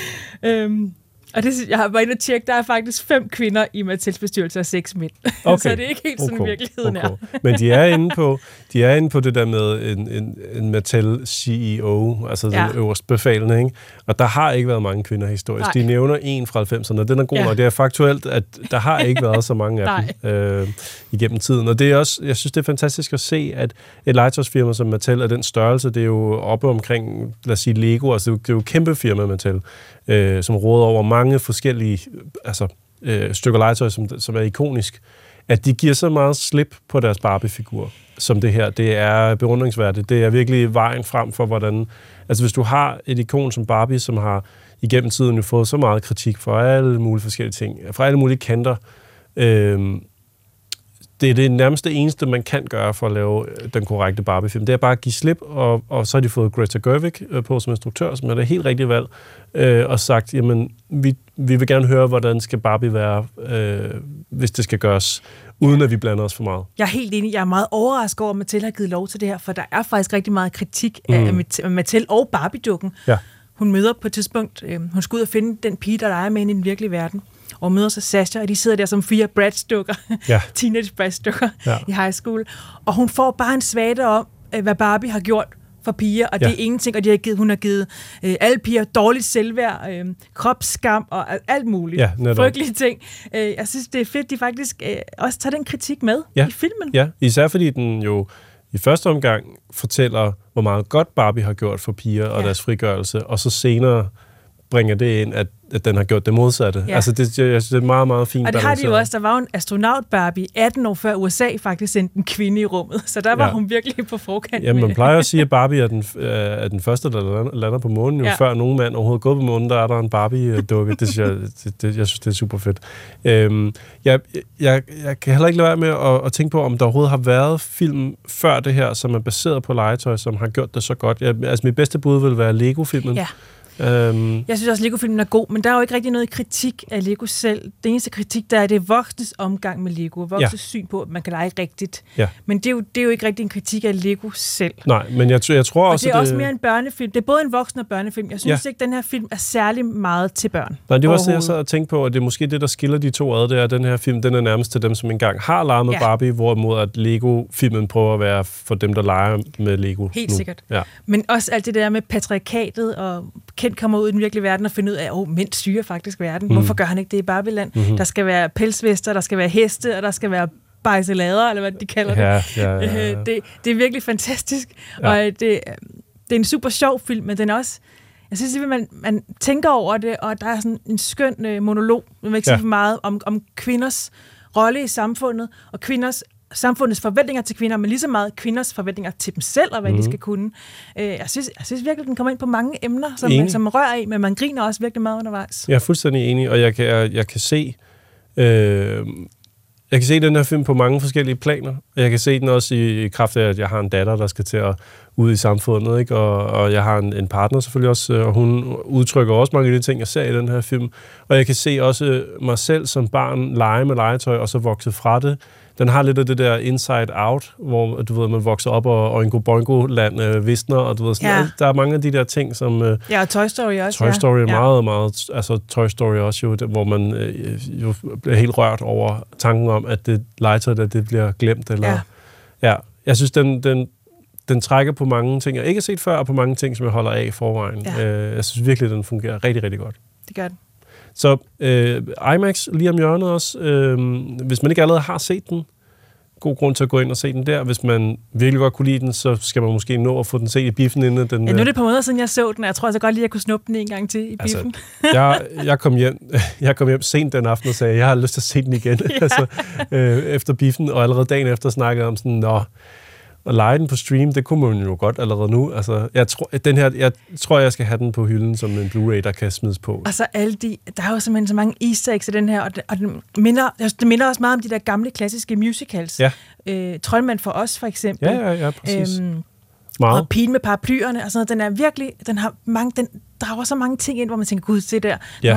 Og det, jeg har været inde og tjekke, der er faktisk 5 kvinder i Mattels bestyrelse og 6 mænd. Okay. Så det er ikke helt sådan, virkeligheden er. Men de er inde på det der med en Mattel CEO, altså den øverste befalende, ikke? Og der har ikke været mange kvinder historisk. Nej. De nævner en fra 90'erne, og den er god, og det er faktuelt, at der har ikke været så mange af dem igennem tiden. Og det er også, jeg synes, det er fantastisk at se, at et legetøjsfirma som Mattel er den størrelse, det er jo oppe omkring, lad os sige, Lego, altså det er jo et kæmpe firma, Mattel, som råder over mange forskellige stykker legetøj, som er ikonisk. at de giver så meget slip på deres Barbie-figur, som det her. Det er beundringsværdigt. Det er virkelig vejen frem for, hvordan... Altså, hvis du har et ikon som Barbie, som har igennem tiden jo fået så meget kritik for alle mulige forskellige ting, fra alle mulige kanter, det er det nærmeste eneste, man kan gøre for at lave den korrekte Barbie-film. Det er bare at give slip, og så har de fået Greta Gerwig på som instruktør, som er det helt rigtige valg, og sagt, jamen, vi vil gerne høre, hvordan skal Barbie være, hvis det skal gøres, uden at vi blander os for meget. Jeg er helt enig. Jeg er meget overrasket over, at Mattel har givet lov til det her, for der er faktisk rigtig meget kritik af Mattel og Barbie-dukken. Ja. Hun møder på et tidspunkt, hun skal ud og finde den pige, der leger med hende i den virkelige verden, og møder så Sasha, og de sidder der som 4 Bratz-dukker, teenage Bratz-dukker i high school, og hun får bare en svagte om, hvad Barbie har gjort for piger, og det er ingenting, og hun har givet alle piger dårligt selvværd, kropsskam og alt muligt. Frygtelige ting. Jeg synes, det er fedt, de faktisk også tager den kritik med i filmen. Ja, især fordi den jo i første omgang fortæller, hvor meget godt Barbie har gjort for piger og deres frigørelse, og så senere bringer det ind, at den har gjort det modsatte. Ja. Altså, jeg synes, det er meget, meget fint. Og det har de jo også. Der var jo en astronaut Barbie 18 år før USA faktisk sendte en kvinde i rummet, så der var hun virkelig på forkant. Ja, man plejer at sige, at Barbie er den første, der lander på månen. Jo før nogen mand overhovedet gået på månen, der er der en Barbie-dukke. Det synes jeg synes, det er super fedt. Jeg kan heller ikke lade være med at tænke på, om der overhovedet har været film før det her, som er baseret på legetøj, som har gjort det så godt. Altså, mit bedste bud vil være Lego-filmen. Ja. Jeg synes også, at Lego-filmen er god, men der er jo ikke rigtig noget kritik af Lego selv. Det eneste kritik, der er, det voksnes omgang med Lego, voksnes syn på, at man kan lege rigtigt. Ja. Men det er jo ikke rigtig en kritik af Lego selv. Nej, men jeg tror også, det er også mere en børnefilm. Det er både en voksen og børnefilm. Jeg synes ikke, at den her film er særlig meget til børn. Nej, det var også det, jeg sad og tænkte på, at det er måske det, der skiller de to ad, det er, at den her film, den er nærmest til dem, som engang har leget med Barbie, hvorimod at Lego-filmen prøver at være for dem, der leger med Lego. Helt sikkert. Ja. Men også alt det der med patriarkatet og Kent kommer ud i den virkelige verden og finder ud af, mænd styrer faktisk verden. Hvorfor gør han ikke det i Barbieland? Der skal være pelsvester, der skal være heste, og der skal være bajselader, eller hvad de kalder det. Det er virkelig fantastisk. Ja. Og det er en super sjov film, men den er også... Jeg synes, at man tænker over det, og der er sådan en skøn monolog, man vil ikke sige for meget, om kvinders rolle i samfundet, og samfundets forventninger til kvinder, men lige så meget kvinders forventninger til dem selv, og hvad de skal kunne. Jeg synes virkelig, den kommer ind på mange emner, som rører i, men man griner også virkelig meget undervejs. Jeg er fuldstændig enig, og jeg kan se... Jeg kan se den her film på mange forskellige planer. Jeg kan se den også i kraft af, at jeg har en datter, der skal til at ud i samfundet, ikke? Og jeg har en partner selvfølgelig også, og hun udtrykker også mange af de ting, jeg ser i den her film. Og jeg kan se også mig selv som barn lege med legetøj, og så vokse fra det. Den har lidt af det der inside out, hvor du ved, man vokser op, og Oingo Boingo-land visner, og du ved, sådan, der er mange af de der ting, som... og Toy Story også. Toy Story er meget, meget... Altså, Toy Story også jo, hvor man jo bliver helt rørt over tanken om, at det legetøj, det bliver glemt, eller... Ja. Jeg synes, den trækker på mange ting, jeg ikke har set før, og på mange ting, som jeg holder af i forvejen. Jeg synes virkelig, den fungerer rigtig, rigtig godt. Det gør den. Så IMAX lige om hjørnet også. Hvis man ikke allerede har set den, god grund til at gå ind og se den der. Hvis man virkelig godt kunne lide den, så skal man måske nå at få den set i biffen, inden den... Ja, nu er det på måneder siden, jeg så den, og jeg tror altså godt lige, at jeg kunne snuppe den en gang til i biffen. Jeg kom hjem sent den aften og sagde, at jeg har lyst til at se den igen, efter biffen, og allerede dagen efter snakkede om sådan, at lege den på stream, det kunne man jo godt allerede nu. Altså, jeg tror, jeg skal have den på hylden som en Blu-ray, der kan smides på. Og så der er jo simpelthen så mange easter eggs i den her, og det minder også meget om de der gamle, klassiske musicals. Ja. Troldmand for os, for eksempel. Ja, præcis. Og Pigen med paraplyerne, og sådan noget. Den er virkelig, den drager så mange ting ind, hvor man tænker, gud, se der. Det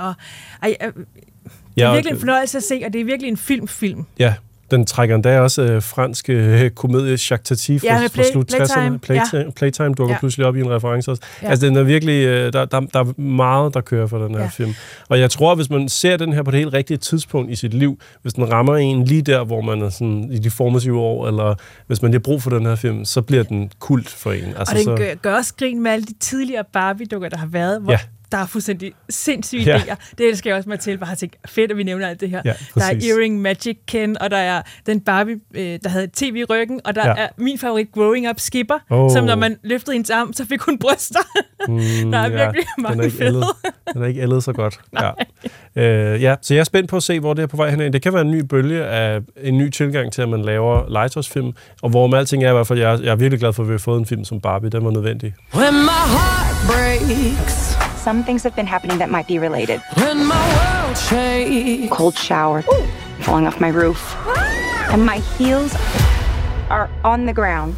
er virkelig en fornøjelse at se, og det er virkelig en film. Ja. Den trækker endda også fransk komedie Jacques Tati fra slut 60'erne. Playtime dukker pludselig op i en reference også. Ja. Altså, den er virkelig... Der er meget, der kører for den her film. Og jeg tror, hvis man ser den her på det helt rigtige tidspunkt i sit liv, hvis den rammer en lige der, hvor man er sådan i de formative år, eller hvis man lige har brug for den her film, så bliver den kult for en. Altså, og den gør også grin med alle de tidligere Barbie-dukker, der har været, hvor der er fuldstændig sindssyge idéer. Det elsker jeg også, Mathilde bare har tænkt, fedt, at vi nævner alt det her. Ja, der er Earring Magic Ken, og der er den Barbie, der havde tv i ryggen, og der er min favorit Growing Up Skipper, som når man løftede hendes arm, så fik hun bryster. Der er virkelig mange fede. Den er ikke ældet så godt. Ja. Så jeg er spændt på at se, hvor det er på vej hen. Det kan være en ny bølge af en ny tilgang til, at man laver legetøjsfilm, og hvor med alting er i hvert fald, jeg er virkelig glad for, at vi har fået en film som Barbie. Den var nødvendig. When my heart breaks, Some things have been happening that might be related. when my world shakes, Cold shower, falling off my roof, and my heels are on the ground.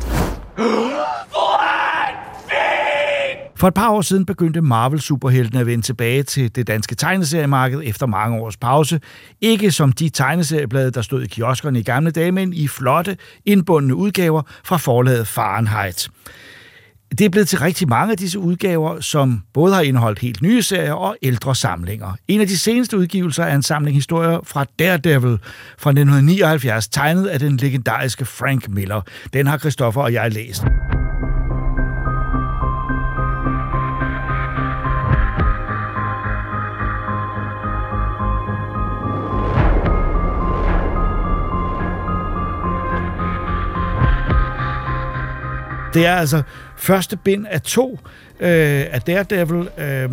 For et par år siden begyndte Marvel-superheltene at vende tilbage til det danske tegneseriemarked efter mange års pause. Ikke som de tegneserieblade, der stod i kioskerne i gamle dage, men i flotte, indbundne udgaver fra forlaget Fahrenheit. Det er blevet til rigtig mange af disse udgaver, som både har indeholdt helt nye serier og ældre samlinger. En af de seneste udgivelser er en samling historier fra Daredevil fra 1979, tegnet af den legendariske Frank Miller. Den har Christoffer og jeg læst. Det er altså første bind af 2 af Daredevil,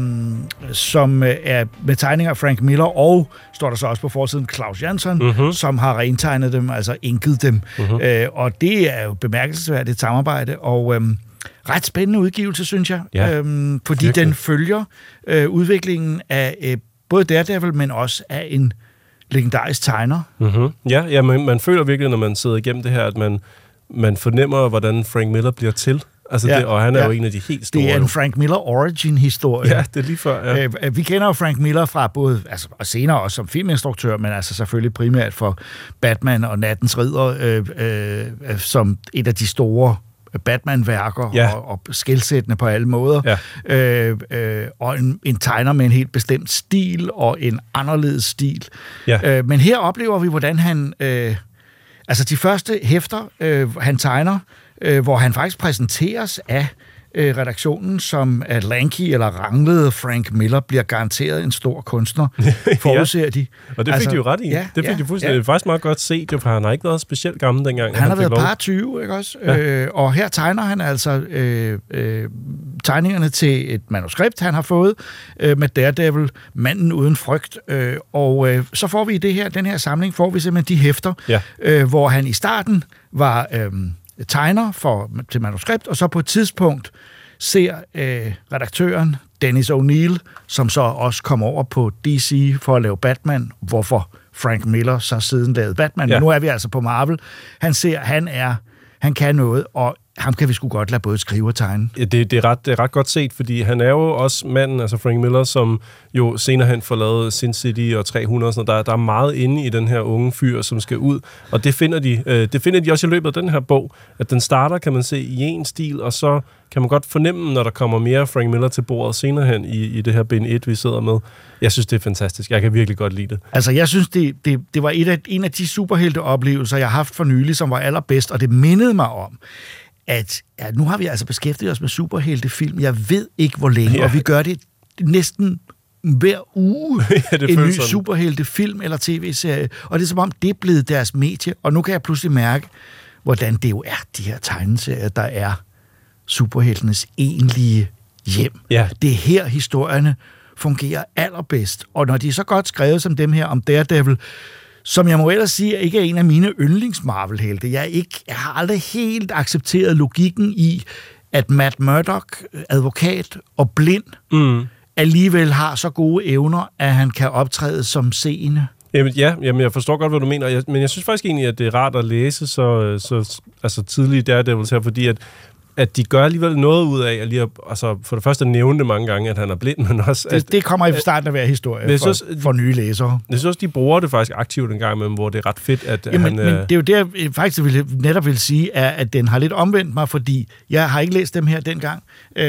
som er med tegninger af Frank Miller, og står der så også på forsiden Klaus Jansson, som har rentegnet dem, altså inket dem. Og det er jo bemærkelsesværdigt samarbejde, og ret spændende udgivelse, synes jeg, fordi virkelig. Den følger udviklingen af både Daredevil, men også af en legendarisk tegner. Ja, man føler virkelig, når man sidder igennem det her, at man fornemmer, hvordan Frank Miller bliver til. Altså det, og han er jo en af de helt store. Det er en Frank Miller origin-historie. Ja, det er lige før, ja. Vi kender jo Frank Miller fra både, altså, og senere også som filminstruktør, men altså selvfølgelig primært for Batman og Nattens Ridder, som et af de store Batman-værker, og skelsættende på alle måder. Ja. Og en tegner med en helt bestemt stil, og en anderledes stil. Ja. Men her oplever vi, hvordan han... Altså de første hæfter, han tegner, hvor han faktisk præsenteres af redaktionen som at lanky eller ranglede Frank Miller bliver garanteret en stor kunstner, forudser de. Og det fik de jo ret i. Ja, det fik de fuldstændig. Det er faktisk meget godt set, for han har ikke været specielt gammel dengang. Han har været par 20, ikke også? Ja. Og her tegner han altså tegningerne til et manuskript, han har fået med Daredevil, Manden uden frygt. Og så får vi i den her samling, får vi simpelthen de hæfter, hvor han i starten var... tegner til manuskript, og så på et tidspunkt ser redaktøren Dennis O'Neil, som så også kom over på DC for at lave Batman, hvorfor Frank Miller så siden lavede Batman. Ja. Men nu er vi altså på Marvel. Han ser, han kan noget, og ham kan vi sgu godt lade både skrive og tegne. Ja, det er ret godt set, fordi han er jo også manden, altså Frank Miller, som jo senere hen får lavet Sin City og 300 og sådan noget. Der er meget inde i den her unge fyr, som skal ud, og det finder de også i løbet af den her bog, at den starter, kan man se, i en stil, og så kan man godt fornemme, når der kommer mere Frank Miller til bordet senere hen i det her bind 1, vi sidder med. Jeg synes, det er fantastisk. Jeg kan virkelig godt lide det. Altså, jeg synes, det var en af de superhelte-oplevelser, jeg har haft for nylig, som var allerbedst, og det mindede mig om, at nu har vi altså beskæftiget os med superheltefilm. Jeg ved ikke, hvor længe, og vi gør det næsten hver uge. En ny superheltefilm eller tv-serie. Og det er som om, det er blevet deres medie. Og nu kan jeg pludselig mærke, hvordan det jo er, de her tegneserier, der er superheltenes egentlige hjem. Ja. Det er her, historierne fungerer allerbedst. Og når de er så godt skrevet som dem her om Daredevil, som jeg må ellers sige, ikke er en af mine yndlings-Marvel-helte. Jeg har aldrig helt accepteret logikken i, at Matt Murdock, advokat og blind, alligevel har så gode evner, at han kan optræde som seende. Jamen, jeg forstår godt, hvad du mener, men jeg synes faktisk egentlig, at det er rart at læse så tidligt Daredevil her, fordi at de gør alligevel noget ud af at lige for det første nævne det mange gange, at han er blind, men også... Det kommer i starten af hver historie for nye læsere. Jeg synes også, de bruger det faktisk aktivt en gang imellem, hvor det er ret fedt, at han... Men det er jo det, jeg faktisk netop vil sige, er, at den har lidt omvendt mig, fordi jeg har ikke læst dem her dengang,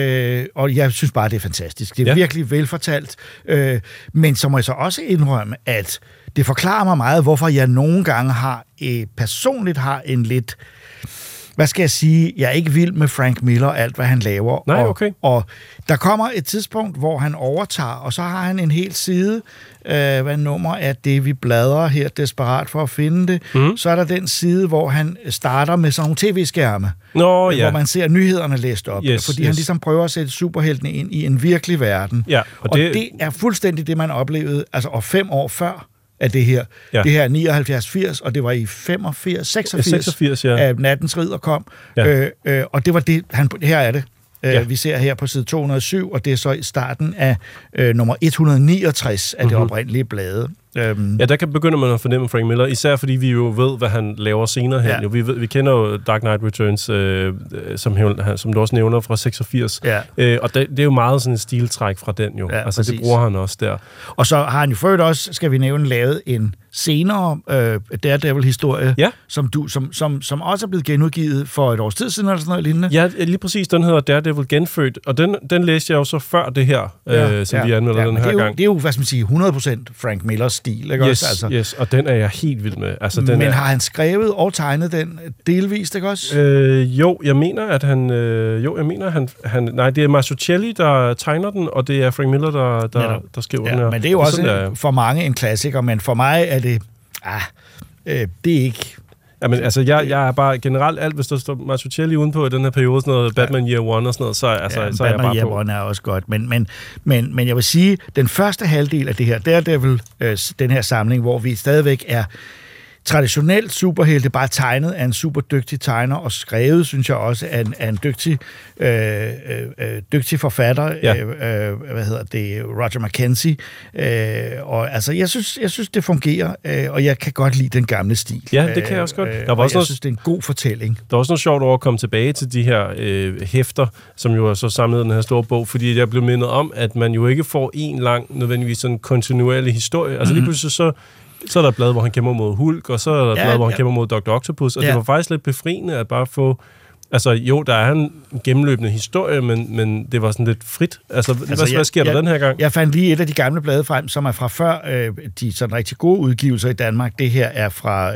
og jeg synes bare, det er fantastisk. Det er virkelig velfortalt, men så må jeg så også indrømme, at det forklarer mig meget, hvorfor jeg nogle gange personligt har en lidt... hvad skal jeg sige, jeg er ikke vild med Frank Miller og alt, hvad han laver. Nej, okay. Og der kommer et tidspunkt, hvor han overtager, og så har han en hel side, hvad nummer er det, vi bladrer her desperat for at finde det. Så er der den side, hvor han starter med sådan nogle tv-skærme, hvor man ser nyhederne læst op, fordi han ligesom prøver at sætte superheltene ind i en virkelig verden. Ja, og det er fuldstændig det, man oplevede, altså og 5 år før af det her. Ja. Det her 79-80, og det var i 86, at Nattens Ridder kom. Ja. Og det var det, her er det. Vi ser her på side 207, og det er så i starten af nummer 169 af det oprindelige blade. Ja, der begynder man at fornemme Frank Miller, især fordi vi jo ved, hvad han laver senere hen. Ja. Jo, vi kender jo Dark Knight Returns, som du også nævner, fra 86. Ja. Og det er jo meget sådan et stiltræk fra den jo. Ja, altså, præcis. Det bruger han også der. Og så har han jo før også, skal vi nævne, lavet en senere Daredevil-historie, som også er blevet genudgivet for et års tid siden, eller sådan noget lignende. Ja, lige præcis. Den hedder Daredevil Genfødt, og den læste jeg jo så før det her, som vi anmelder den her gang. Det er jo, hvad skal man sige, 100% Frank Millers stil, ikke også? Altså. Yes, og den er jeg helt vild med. Altså, men har han skrevet og tegnet den delvist, ikke også? Jo, jeg mener, at han... nej, det er Mazzucchelli, der tegner den, og det er Frank Miller, der skriver den her. Men det er jo også for mange en klassiker, men for mig er det... det er ikke... Jamen, altså, jeg er bare generelt alt, hvis der står Mazzucchelli udenpå i den her periode, sådan noget Batman Year One og sådan noget, så er jeg bare på. Batman Year One er også godt, men jeg vil sige, den første halvdel af det her, det er vel den her samling, hvor vi stadigvæk er traditionelt superhelte, bare tegnet af en super dygtig tegner, og skrevet, synes jeg også, af en dygtig forfatter, Roger Mackenzie. Og altså, jeg synes, det fungerer, og jeg kan godt lide den gamle stil. Ja, det kan jeg også godt. Jeg synes, det er en god fortælling. Der er også noget sjovt over at komme tilbage til de her hæfter, som jo er så samlet i den her store bog, fordi jeg blev mindet om, at man jo ikke får en lang, nødvendigvis sådan kontinuerlig historie. Altså lige pludselig så er der et blad, hvor han kæmper mod Hulk, og så er der et blad, hvor han kæmper mod Dr. Octopus, og det var faktisk lidt befriende at bare få... Altså jo, der er en gennemløbende historie, men det var sådan lidt frit. Altså hvad sker der den her gang? Jeg fandt lige et af de gamle blade frem, som er fra før de sådan rigtig gode udgivelser i Danmark. Det her er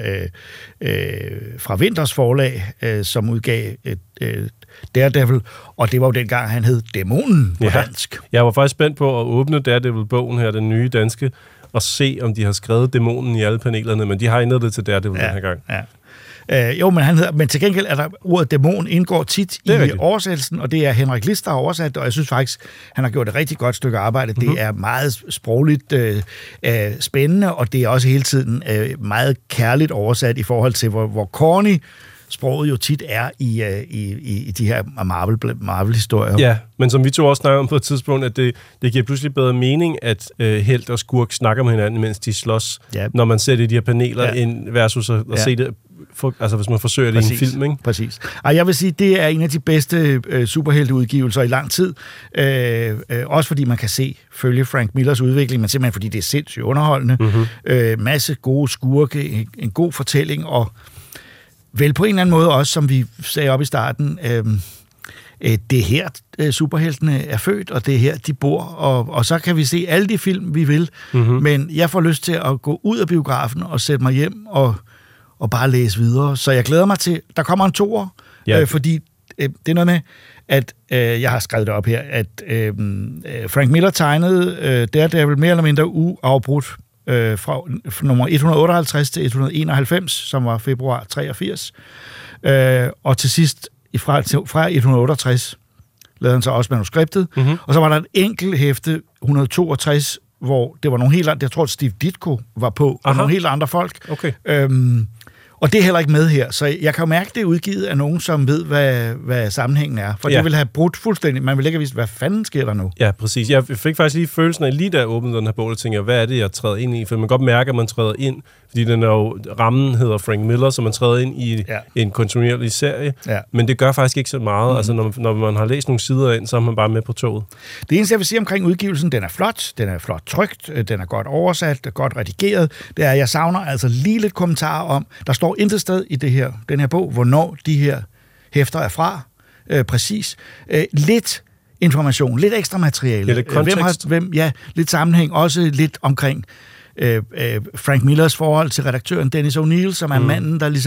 fra Winters forlag, som udgav Daredevil, og det var jo dengang, han hed Dæmonen på dansk. Jeg var faktisk spændt på at åbne Daredevil-bogen her, den nye danske, og se, om de har skrevet dæmonen i alle panelerne, men de har ændret det til Daredevil den her gang. Ja. Men til gengæld er der ordet dæmon indgår tit i oversættelsen, og det er Henrik List, der har oversat det, og jeg synes faktisk, han har gjort et rigtig godt stykke arbejde. Det er meget sprogligt spændende, og det er også hele tiden meget kærligt oversat i forhold til, hvor corny sproget jo tit er i de her Marvel-historier. Ja, men som vi to også snakker om på et tidspunkt, at det giver pludselig bedre mening, at helt og skurk snakker med hinanden, mens de slås, når man ser det i de her paneler, ind versus at se det, altså hvis man forsøger det i en film, ikke? Præcis. Og jeg vil sige, det er en af de bedste superhelteudgivelser i lang tid. Også fordi man kan følge Frank Millers udvikling, men simpelthen fordi det er sindssygt underholdende. Masse gode skurke, en god fortælling, og vel på en eller anden måde også, som vi sagde op i starten, det er her, superheltene er født, og det er her, de bor, og så kan vi se alle de film, vi vil, men jeg får lyst til at gå ud af biografen og sætte mig hjem og bare læse videre. Så jeg glæder mig til, der kommer en 2'er, fordi det er noget med, at jeg har skrevet det op her, at Frank Miller tegnede Daredevil mere eller mindre uafbrudt, fra nummer 158 til 191, som var februar 83. Og til sidst, fra 168, lavede han så også manuskriptet. Og så var der et enkelt hæfte, 162, hvor det var nogle helt andre, jeg tror, Steve Ditko var på, og nogle helt andre folk. Okay. Og det er heller ikke med her, så jeg kan jo mærke, det er udgivet af nogen, som ved, hvad sammenhængen er. For det vil have brudt fuldstændig. Man vil ikke have vist, hvad fanden sker der nu? Ja, præcis. Jeg fik faktisk lige følelsen af, lige da jeg åbnede den her bog, og tænkte, hvad er det, jeg træder ind i? For man kan godt mærke, at man træder ind, fordi den er jo, rammen hedder Frank Miller, så man træder ind i en kontinuerlig serie. Ja. Men det gør faktisk ikke så meget. Altså, når man har læst nogle sider ind, så er man bare med på toget. Det eneste, jeg vil sige omkring udgivelsen, den er flot. Den er flot trykt. Den er godt oversat, godt redigeret. Det er, jeg savner altså lige lidt kommentarer om, der står intet sted i den her bog, hvornår de her hæfter er fra, præcis. Lidt information, lidt ekstra materiale. Lidt kontekst. Lidt sammenhæng, også lidt omkring Frank Millers forhold til redaktøren Dennis O'Neil, som er manden, der ligesom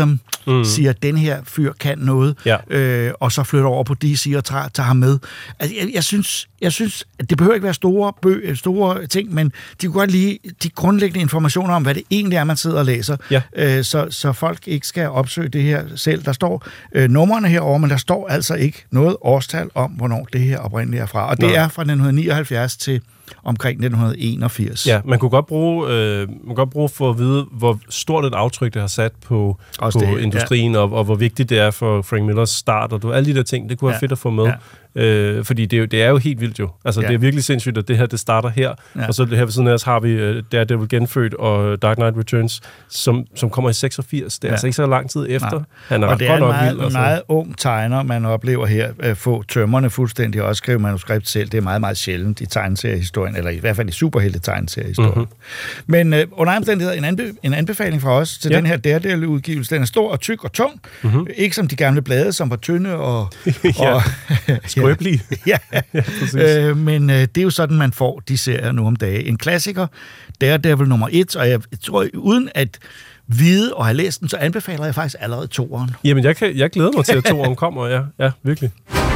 siger, at den her fyr kan noget, og så flytter over på DC og tager ham med. Altså, jeg synes, at det behøver ikke være store ting, men de kunne godt lide de grundlæggende informationer om, hvad det egentlig er, man sidder og læser, så folk ikke skal opsøge det her selv. Der står numrene herover, men der står altså ikke noget årstal om, hvornår det her oprindeligt er fra. Og det er fra 1979 til omkring 1981. Ja, man kunne godt bruge for at vide, hvor stort et aftryk det har sat på industrien, og hvor vigtigt det er for Frank Millers start, og alle de der ting, det kunne være fedt at få med. Fordi det er jo helt vildt jo. Altså, det er virkelig sindssygt, at det her, det starter her, og så det her ved siden af os har vi Daredevil Genfødt og Dark Knight Returns, som kommer i 86. Det er altså ikke så lang tid efter. Han er og det er godt nok vild. Og meget ung tegner, man oplever her. Få tømmerne fuldstændig også skrive manuskript selv. Det er meget, meget sjældent i tegneseriehistorien, eller i hvert fald i superhelte-tegneseriehistorien. Men under omstændigheder, en anbefaling fra os til den her Daredevil-udgivelse. Den er stor og tyk og tung. Ikke som de gamle blade, som var tynde og skrøbelige. Men det er jo sådan, man får de serier nu om dagen. En klassiker, Daredevil nummer 1, og jeg tror, uden at vide og have læst den, så anbefaler jeg faktisk allerede 2'eren. Jamen, jeg glæder mig til, at 2'eren kommer, ja, virkelig.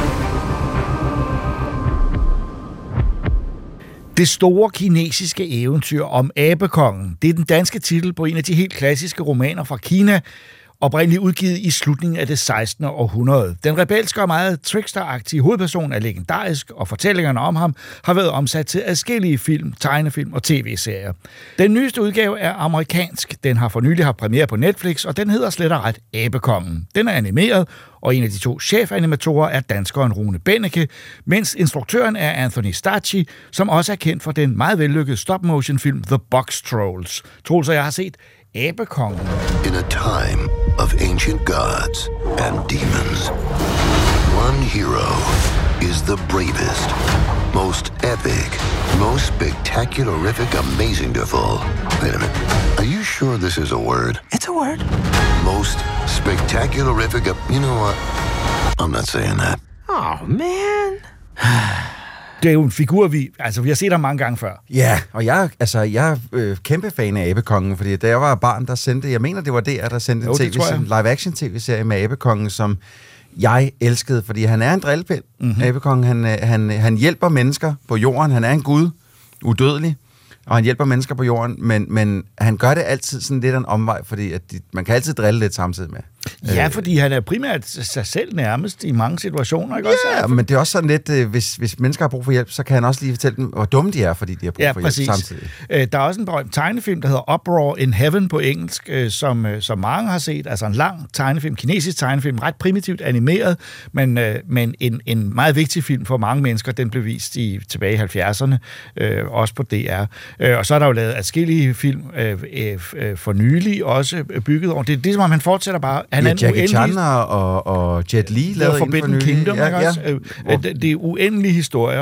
Det store kinesiske eventyr om abekongen, det er den danske titel på en af de helt klassiske romaner fra Kina, oprindeligt udgivet i slutningen af det 16. århundrede. Den rebelske og meget tricksteragtige hovedperson er legendarisk, og fortællingerne om ham har været omsat til adskillige film, tegnefilm og tv-serier. Den nyeste udgave er amerikansk. Den har for nylig haft premiere på Netflix, og den hedder slet og ret Abekongen. Den er animeret, og en af de 2 chefanimatorer er danskeren Rune Benneke, mens instruktøren er Anthony Stacchi, som også er kendt for den meget vellykkede stop-motion-film The Box Trolls. Troels og jeg har set Abekongen. In a time of ancient gods and demons, one hero is the bravest, most epic, most spectacularific, amazing-deful. Wait a minute. Are you sure this is a word? It's a word. Most spectacularific. You know what? I'm not saying that. Oh, man. Det er jo en figur, vi har set ham mange gange før. Ja, og jeg er kæmpe fan af Abekongen, fordi da jeg var barn, der sendte, jeg mener, det var der sendte en live-action tv-serie med Abekongen, som jeg elskede, fordi han er en drillepind. Abekongen, han hjælper mennesker på jorden, han er en gud, udødelig, og han hjælper mennesker på jorden, men han gør det altid sådan lidt af en omvej, fordi at man kan altid drille lidt samtidig med. Ja, fordi han er primært sig selv nærmest i mange situationer, ikke også? Ja, men det er også sådan lidt, hvis mennesker har brug for hjælp, så kan han også lige fortælle dem, hvor dumme de er, fordi de har brug for hjælp samtidig. Der er også en berømt tegnefilm, der hedder Uproar in Heaven på engelsk, som mange har set. Altså en lang tegnefilm, kinesisk tegnefilm, ret primitivt animeret, men en meget vigtig film for mange mennesker. Den blev vist tilbage i 70'erne, også på DR. Og så er der jo lavet adskillige film for nylig, også bygget over. Det er som om han fortsætter bare. Han er Jackie Chan og Jet Li lavede Forbidden Kingdom, ikke også? Det er uendelige historier,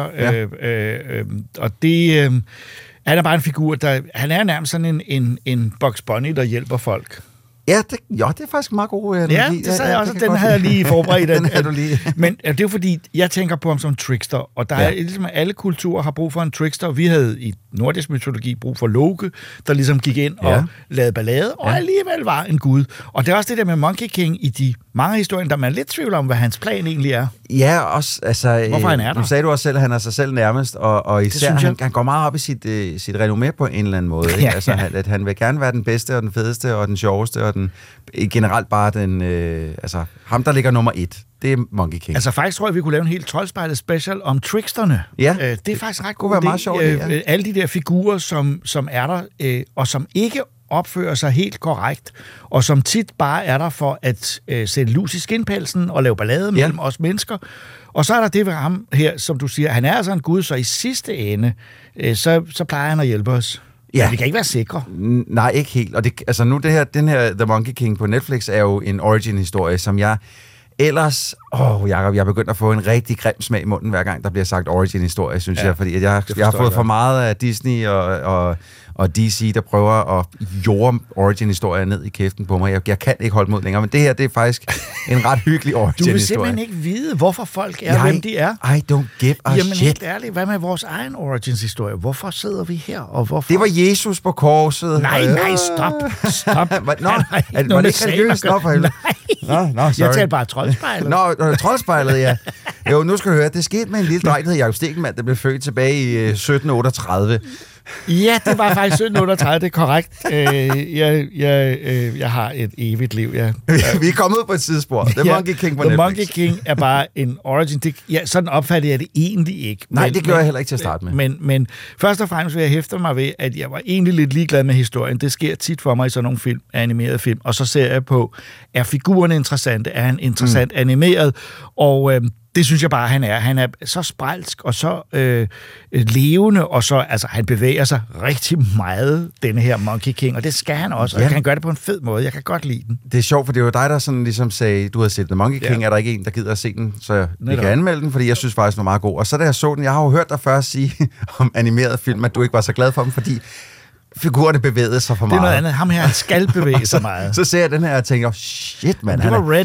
og det... han er bare en figur, han er nærmest sådan en Bugs Bunny, der hjælper folk. Ja, det er faktisk meget god analogi. Ja, det sagde jeg også, den havde jeg lige forberedt. Den havde du lige. Men det er jo fordi, jeg tænker på ham som trickster, og der er ligesom, alle kulturer har brug for en trickster. Vi havde i nordisk mytologi brug for Loke, der ligesom gik ind og lavede ballade, og alligevel var en gud. Og det er også det der med Monkey King i de mange historier, der man er lidt tvivl om, hvad hans plan egentlig er. Ja, også, altså... Hvorfor han er der? Nu sagde du også selv, at han er sig selv nærmest, og især han går meget op i sit renommé på en eller anden måde. Ikke? Altså, at han vil gerne være den bedste, og den fedeste, og den sjoveste, og den generelt bare den... ham, der ligger nummer 1. Det er Monkey King. Altså faktisk tror jeg, vi kunne lave en helt Troldspejlet special om tricksterne. Ja. Det er faktisk ret god idé. Meget sjovt, alle de der figurer, som er der, og som ikke opfører sig helt korrekt, og som tit bare er der for at sætte lus i skinpelsen og lave ballade mellem os mennesker. Og så er der det ved ham her, som du siger, han er altså en gud, så i sidste ende, så plejer han at hjælpe os. Ja. Men vi kan ikke være sikre. Nej, ikke helt. Og den her The Monkey King på Netflix er jo en origin-historie, som jeg ellers... Jacob, jeg er begyndt at få en rigtig grim smag i munden, hver gang der bliver sagt origin-historie, synes jeg, fordi at jeg har fået for meget af Disney og DC, der prøver at jorde origin-historier ned i kæften på mig. Jeg kan ikke holde mod længere, men det her, det er faktisk en ret hyggelig origin-historie. Du vil simpelthen ikke vide, hvorfor folk er, hvem de er. I don't give a shit. Helt ærligt, hvad med vores egen origins-historie? Hvorfor sidder vi her, og hvorfor... Det var Jesus på korset. Nej, stop. Var det ikke religiøst? sorry. Jeg talte bare Troldspejlet. Nå, Troldspejlet, ja. Jo, nu skal du høre, det skete med en lille dreng, der hed Jacob Stegelmann, der blev født tilbage i 1738. Ja, det var faktisk 1738, det er korrekt. Jeg har et evigt liv, ja. Vi er kommet ud på et sidespor. The Monkey King på Netflix. The Monkey King er bare en origin. Sådan opfattede jeg det egentlig ikke. Nej, det gjorde jeg heller ikke til at starte med. Men først og fremmest vil jeg hæfte mig ved, at jeg var egentlig lidt ligeglad med historien. Det sker tit for mig i sådan nogle film, animerede film. Og så ser jeg på, er figuren interessante? Er han interessant animeret? Og det synes jeg bare, han er. Han er så sprælsk og så levende, og så, altså, han bevæger sig rigtig meget, denne her Monkey King, og det skal han også, og han gør det på en fed måde. Jeg kan godt lide den. Det er sjovt, for det var dig, der sådan ligesom sagde, du havde set The Monkey King, er der ikke en, der gider at se den, så vi kan anmelde den, fordi jeg synes faktisk, den var meget god. Og så da jeg så den, jeg har jo hørt dig først sige om animerede film, at du ikke var så glad for dem, fordi figurerne bevægede sig for meget. Det er noget andet. Ham her skal bevæge sig meget. Så ser jeg den her og tænker, shit, mand. Det var Red.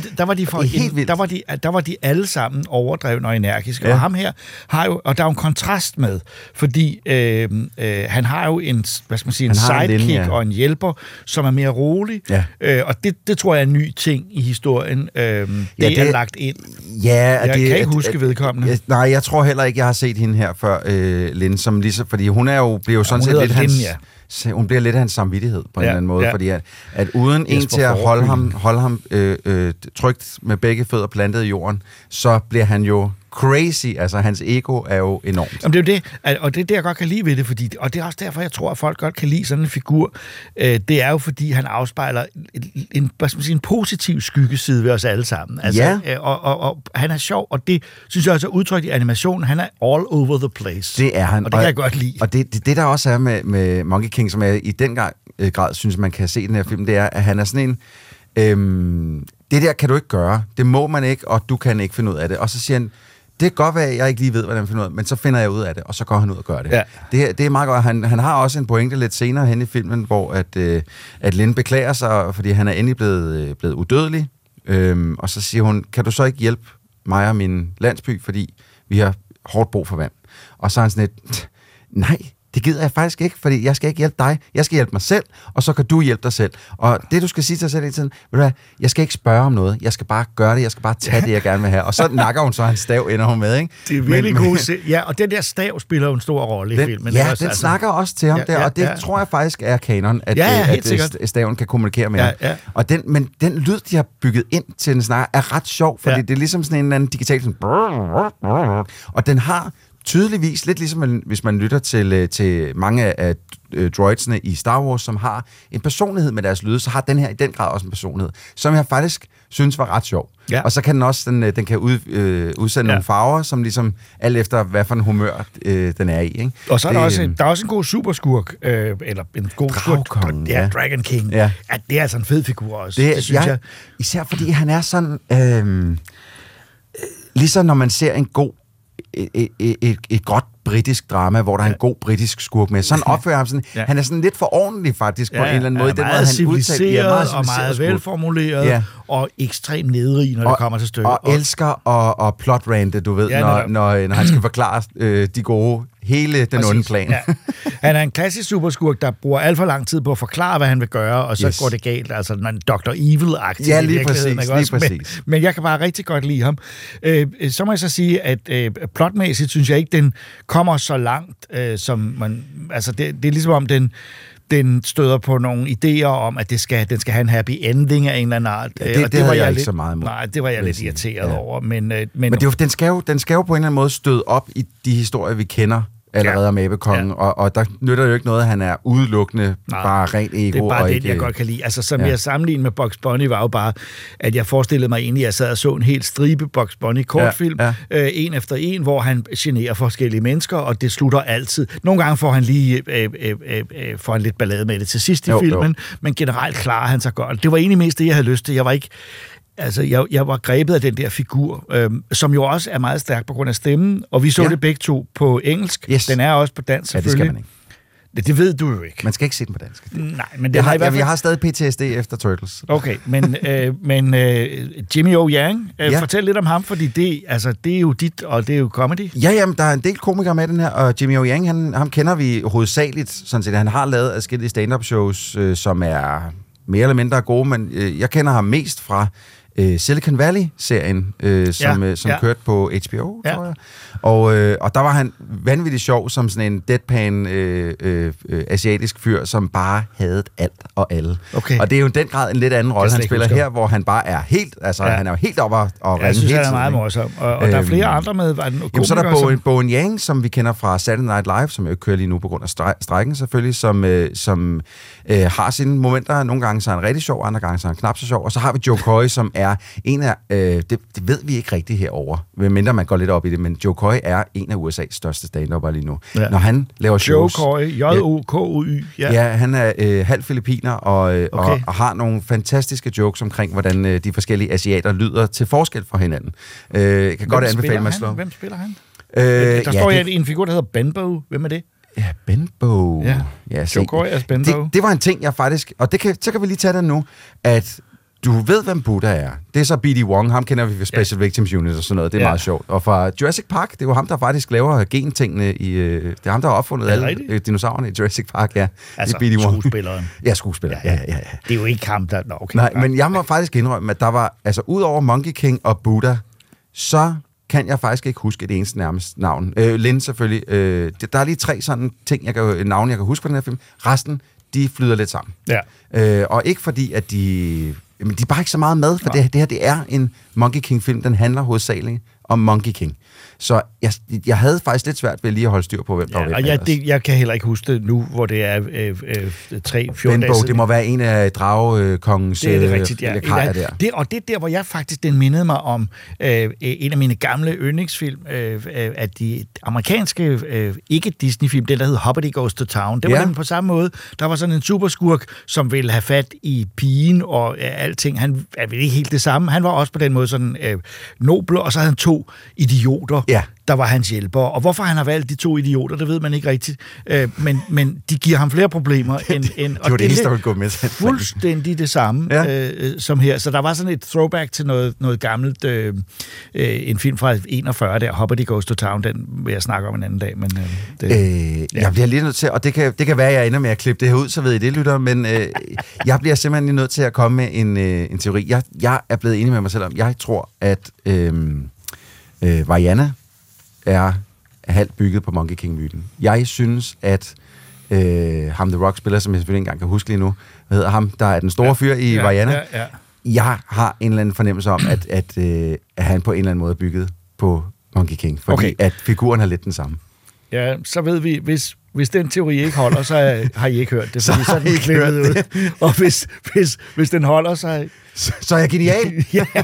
Der var de alle sammen overdrevne og energiske. Ja. Og ham her har jo, og der er jo en kontrast med, fordi han har jo en, hvad skal man sige, en sidekick og en hjælper, som er mere rolig. Ja. Og det tror jeg er en ny ting i historien. Det er lagt ind. Ja, jeg kan ikke huske vedkommende. Nej, jeg tror heller ikke, jeg har set hende her før, Lynn, som lige så, fordi hun er jo, bliver jo sådan set lidt hans... Hun bliver lidt af hans samvittighed på en eller anden måde, fordi at uden en til at holde ham trygt med begge fødder plantet i jorden, så bliver han jo crazy. Altså, hans ego er jo enormt. Jamen, det er jo det, og det er det, jeg godt kan lide ved det, fordi, og det er også derfor, jeg tror, at folk godt kan lide sådan en figur. Det er jo, fordi han afspejler en positiv skyggeside ved os alle sammen. Altså, og han er sjov, og det synes jeg også er udtrykt i animationen. Han er all over the place. Det er han. Og det kan jeg godt lide. Og det der også er med Monkey King, som jeg i den grad synes, man kan se i den her film, det er, at han er sådan en... det der kan du ikke gøre. Det må man ikke, og du kan ikke finde ud af det. Og så siger han, det kan godt være, at jeg ikke lige ved, hvordan jeg finder ud af det, men så finder jeg ud af det, og så går han ud og gør det. Ja. Det er meget godt. Han har også en pointe lidt senere hen i filmen, hvor at Lynn beklager sig, fordi han er endelig blevet udødelig. Og så siger hun, kan du så ikke hjælpe mig og min landsby, fordi vi har hårdt brug for vand? Og så er han sådan lidt, nej, det gider jeg faktisk ikke, fordi jeg skal ikke hjælpe dig. Jeg skal hjælpe mig selv, og så kan du hjælpe dig selv. Og det, du skal sige til dig selv i tiden, ved du hvad, jeg skal ikke spørge om noget. Jeg skal bare gøre det. Jeg skal bare tage det, jeg gerne vil have. Og så nakker hun så hans stav, ender hun med, ikke? Det er virkelig god. Ja, og den der stav spiller jo en stor rolle i filmen. Ja, den snakker også til ham der, og det tror jeg faktisk er kanon, at staven kan kommunikere med ham. Og men den lyd, de har bygget ind til den snakker, er ret sjov, fordi det er ligesom sådan en eller anden digital sådan... Og den har tydeligvis, lidt ligesom hvis man lytter til mange af droidsene i Star Wars, som har en personlighed med deres lyde, så har den her i den grad også en personlighed, som jeg faktisk synes var ret sjov. Ja. Og så kan den også, den kan udsende nogle farver, som ligesom alt efter, hvad for en humør den er i. Ikke? Og så er der også en god superskurk, eller en god skurk, Dragon King. Ja. Ja, det er altså en fed figur også, det synes jeg. Især fordi han er sådan, ligesom når man ser en god et godt britisk drama, hvor der er en god britisk skurk med. Sådan opfører han sådan. Ja. Han er sådan lidt for ordentlig faktisk på en eller anden måde. Den måde, han civiliseret og meget velformuleret og ekstremt nedrig, når det kommer til stykket. Og elsker at plotrante, du ved, når han skal forklare de gode, hele den onde plan. Ja. Han er en klassisk superskurk, der bruger alt for lang tid på at forklare, hvad han vil gøre, og så går det galt. Altså en Dr. Evil-agtig. Ja, lige præcis. Men jeg kan bare rigtig godt lide ham. Så må jeg så sige, at plotmæssigt synes jeg ikke, den kommer så langt, som man... Altså, det er ligesom om den støder på nogle idéer om, at den skal have en happy ending af en eller anden art. Det var jeg ikke så meget imod. Nej, det var jeg lidt irriteret over. Men den skal jo på en eller anden måde støde op i de historier, vi kender allerede om Abekongen, og der nytter jo ikke noget, at han er udelukkende bare rent ego. Det er bare det, jeg godt kan lide. Altså, som jeg sammenlignede med Bugs Bunny, var jo bare, at jeg forestillede mig egentlig, at jeg sad og så en helt stribe Bugs Bunny kortfilm, en efter en, hvor han generer forskellige mennesker, og det slutter altid. Nogle gange får han lige får han lidt ballade med det til sidst i filmen, men generelt klarer han sig godt. Det var egentlig mest det, jeg havde lyst til. Jeg var ikke... Altså, jeg var grebet af den der figur, som jo også er meget stærk på grund af stemmen, og vi så det begge to på engelsk. Yes. Den er også på dansk, selvfølgelig. Ja, det skal man ikke. Det ved du jo ikke. Man skal ikke se den på dansk. Nej, men det jeg har stadig PTSD efter Turtles. Okay, men Jimmy O. Yang, fortæl lidt om ham, fordi det er jo dit, og det er jo comedy. Ja, jamen, der er en del komikere med den her, og Jimmy O. Yang, ham kender vi hovedsageligt, sådan set. Han har lavet adskillige stand-up shows, som er mere eller mindre gode, men jeg kender ham mest fra Silicon Valley-serien, som kørte på HBO, tror jeg. Og der var han vanvittigt sjov som sådan en deadpan asiatisk fyr, som bare havde alt og alle. Okay. Og det er jo i den grad en lidt anden rolle, han spiller her, hvor han bare er helt, han er jo helt oppe og ringe. Jeg synes, han er meget morsom. Og der er flere andre med. Så er der Bowen Yang, som vi kender fra Saturday Night Live, som jo ikke kører lige nu på grund af strejken selvfølgelig, som har sine momenter. Nogle gange så er han rigtig sjov, andre gange så er han knap så sjov. Og så har vi Joe Coy, som er en af... det ved vi ikke rigtigt herovre, medmindre man går lidt op i det, men Joe Coy er en af USA's største stand-upper lige nu. Ja. Når han laver shows... Joe Coy, J-O-K-O-Y. Ja, han er halv filipiner og har nogle fantastiske jokes omkring, hvordan de forskellige asiater lyder til forskel fra hinanden. Jeg kan godt anbefale mig at slå. Hvem spiller han? Der står en figur, der hedder Benbow. Hvem er det? Ja, Benbow. Ja, Joe Coy er Benbow. Det var en ting, jeg faktisk... Og så kan vi lige tage det nu, at du ved, hvem Buddha er. Det er så B.D. Wong, ham kender vi fra Special Victims Unit og sådan noget. Det er meget sjovt. Og fra Jurassic Park, det er jo ham, der faktisk laver gentingene i... Det er ham, der har opfundet alle dinosaurerne i Jurassic Park, ja. Altså, det er skuespilleren. Ja, skuespiller. Ja. Det er jo ikke ham, der... Okay, nej, men jeg må faktisk indrømme, at der var... Altså, ud over Monkey King og Buddha, så kan jeg faktisk ikke huske det eneste nærmest navn. Lin selvfølgelig. Der er lige 3 sådan ting, navne, jeg kan huske på den her film. Resten, de flyder lidt sammen. Ja. Og ikke fordi, at de er bare ikke så meget med, for det her, det er en Monkey King-film. Den handler hovedsageligt om Monkey King. Så jeg havde faktisk lidt svært ved lige at holde styr på, hvem der var hvem. Jeg kan heller ikke huske det nu, hvor det er 3-14 dage siden. Det må være en af dragekongens lakajer der. Og det er der, hvor jeg faktisk, den mindede mig om en af mine gamle yndlingsfilm, af de amerikanske ikke-Disney-film, den der hed Hoppity Goes to Town. Det var den på samme måde. Der var sådan en superskurk, som ville have fat i pigen og alting. Han er vel ikke helt det samme. Han var også på den måde sådan nobel, og så havde han 2 idioter, der var hans hjælper. Og hvorfor han har valgt de 2 idioter, det ved man ikke rigtigt. Men de giver ham flere problemer end det var det eneste, der ville gå med. Fuldstændig det samme som her. Så der var sådan et throwback til noget gammelt. En film fra 41 der, Hoppity Goes to Town, den vil jeg snakke om en anden dag. Men, jeg bliver lige nødt til, og det kan være, at jeg ender med at klippe det her ud, så ved I det, lytter, men jeg bliver simpelthen lige nødt til at komme med en teori. Jeg er blevet enig med mig selv om, jeg tror, at Vaiana er halvt bygget på Monkey King-myten. Jeg synes, at ham The Rock spiller, som jeg selvfølgelig ikke engang kan huske lige nu, hvad hedder ham, der er den store fyr i Vaiana. Jeg har en eller anden fornemmelse om, at han på en eller anden måde er bygget på Monkey King, fordi at figuren har lidt den samme. Ja, så ved vi, hvis den teori ikke holder, så har I ikke hørt det, fordi så er den klippet ud. Og hvis den holder, så er jeg genial.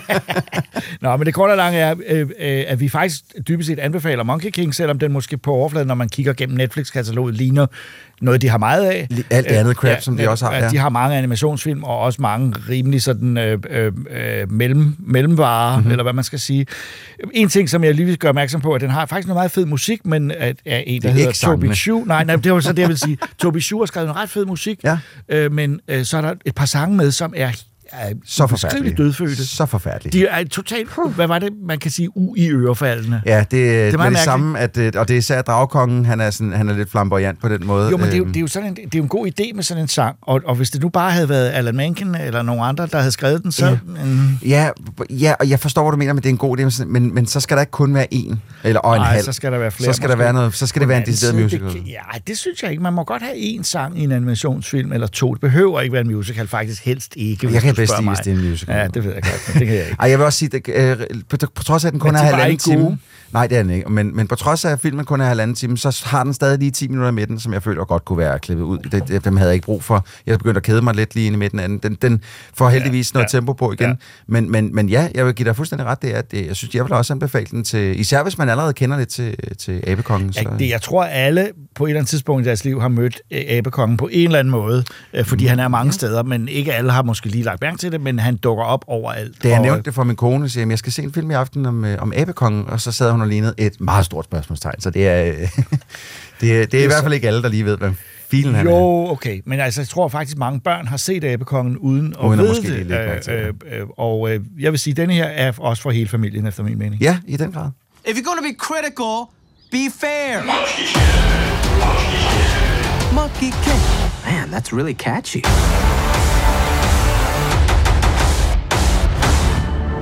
Nå, men det korte og lange er, at vi faktisk dybest set anbefaler Monkey King, selvom den måske på overfladen, når man kigger gennem Netflix-kataloget, ligner noget, de har meget af. Alt det andet crap, som de også har. Ja. De har mange animationsfilm, og også mange rimelig sådan mellemvarer, eller hvad man skal sige. En ting, som jeg lige vil gøre opmærksom på, at den har faktisk noget meget fed musik, men er en, der hedder Toby Shue. Nej, det var så det, jeg vil sige. Toby Shue har skrevet en ret fed musik, men så er der et par sange med, som er så forfærdeligt. Dødfødte. Så forfærdeligt. De er totalt, hvad var det, man kan sige, i ørefaldene. Ja, det er det samme, og det er især Dragekongen, han er lidt flamboyant på den måde. Jo, men det er jo en god idé med sådan en sang, og hvis det nu bare havde været Alan Menken eller nogen andre, der havde skrevet den, så... Ja, og jeg forstår, hvad du mener, men det er en god idé, men så skal der ikke kun være en, eller en halv. Så skal der være flere. Så skal det være en decideret musical. Det synes jeg ikke. Man må godt have en sang i en animationsfilm, eller 2. Det behøver ikke være en musical, faktisk helst ikke. Jeg kan bedst lide, hvis det er en musical. Ja, det ved jeg godt, men det kan jeg ikke. Jeg vil også sige, på trods af, at den kun er halvanden time... Nej, det er den ikke. Men på trods af, at filmen kun er halvanden time, så har den stadig lige 10 minutter i midten, som jeg føler godt kunne være klippet ud. Dem havde jeg ikke brug for. Jeg begyndte at kede mig lidt lige inde i midten af den. Den får heldigvis noget tempo på igen. Ja. Men ja, jeg vil give dig fuldstændig ret. Det er, at jeg synes, jeg vil også anbefale den til... Især hvis man allerede kender lidt til Abekongen. Så. Jeg tror, alle på et eller andet tidspunkt i deres liv har mødt Abekongen på en eller anden måde, fordi han er mange steder, men ikke alle har måske lige lagt mærke til det, men han dukker op overalt. Da jeg nævnte det for min kone, siger jeg skal se en film i aften om Abekongen, og så sad hun og lignede et meget stort spørgsmålstegn, så det er det er i hvert fald ikke alle, der lige ved, hvad filen han er. Jo, okay, men altså, jeg tror faktisk, mange børn har set Abekongen uden at vide det. Og jeg vil sige, at denne her er også for hele familien, efter min mening. Ja, i den grad. If you're gonna be critical, be fair. Monkey King. Man, that's really catchy.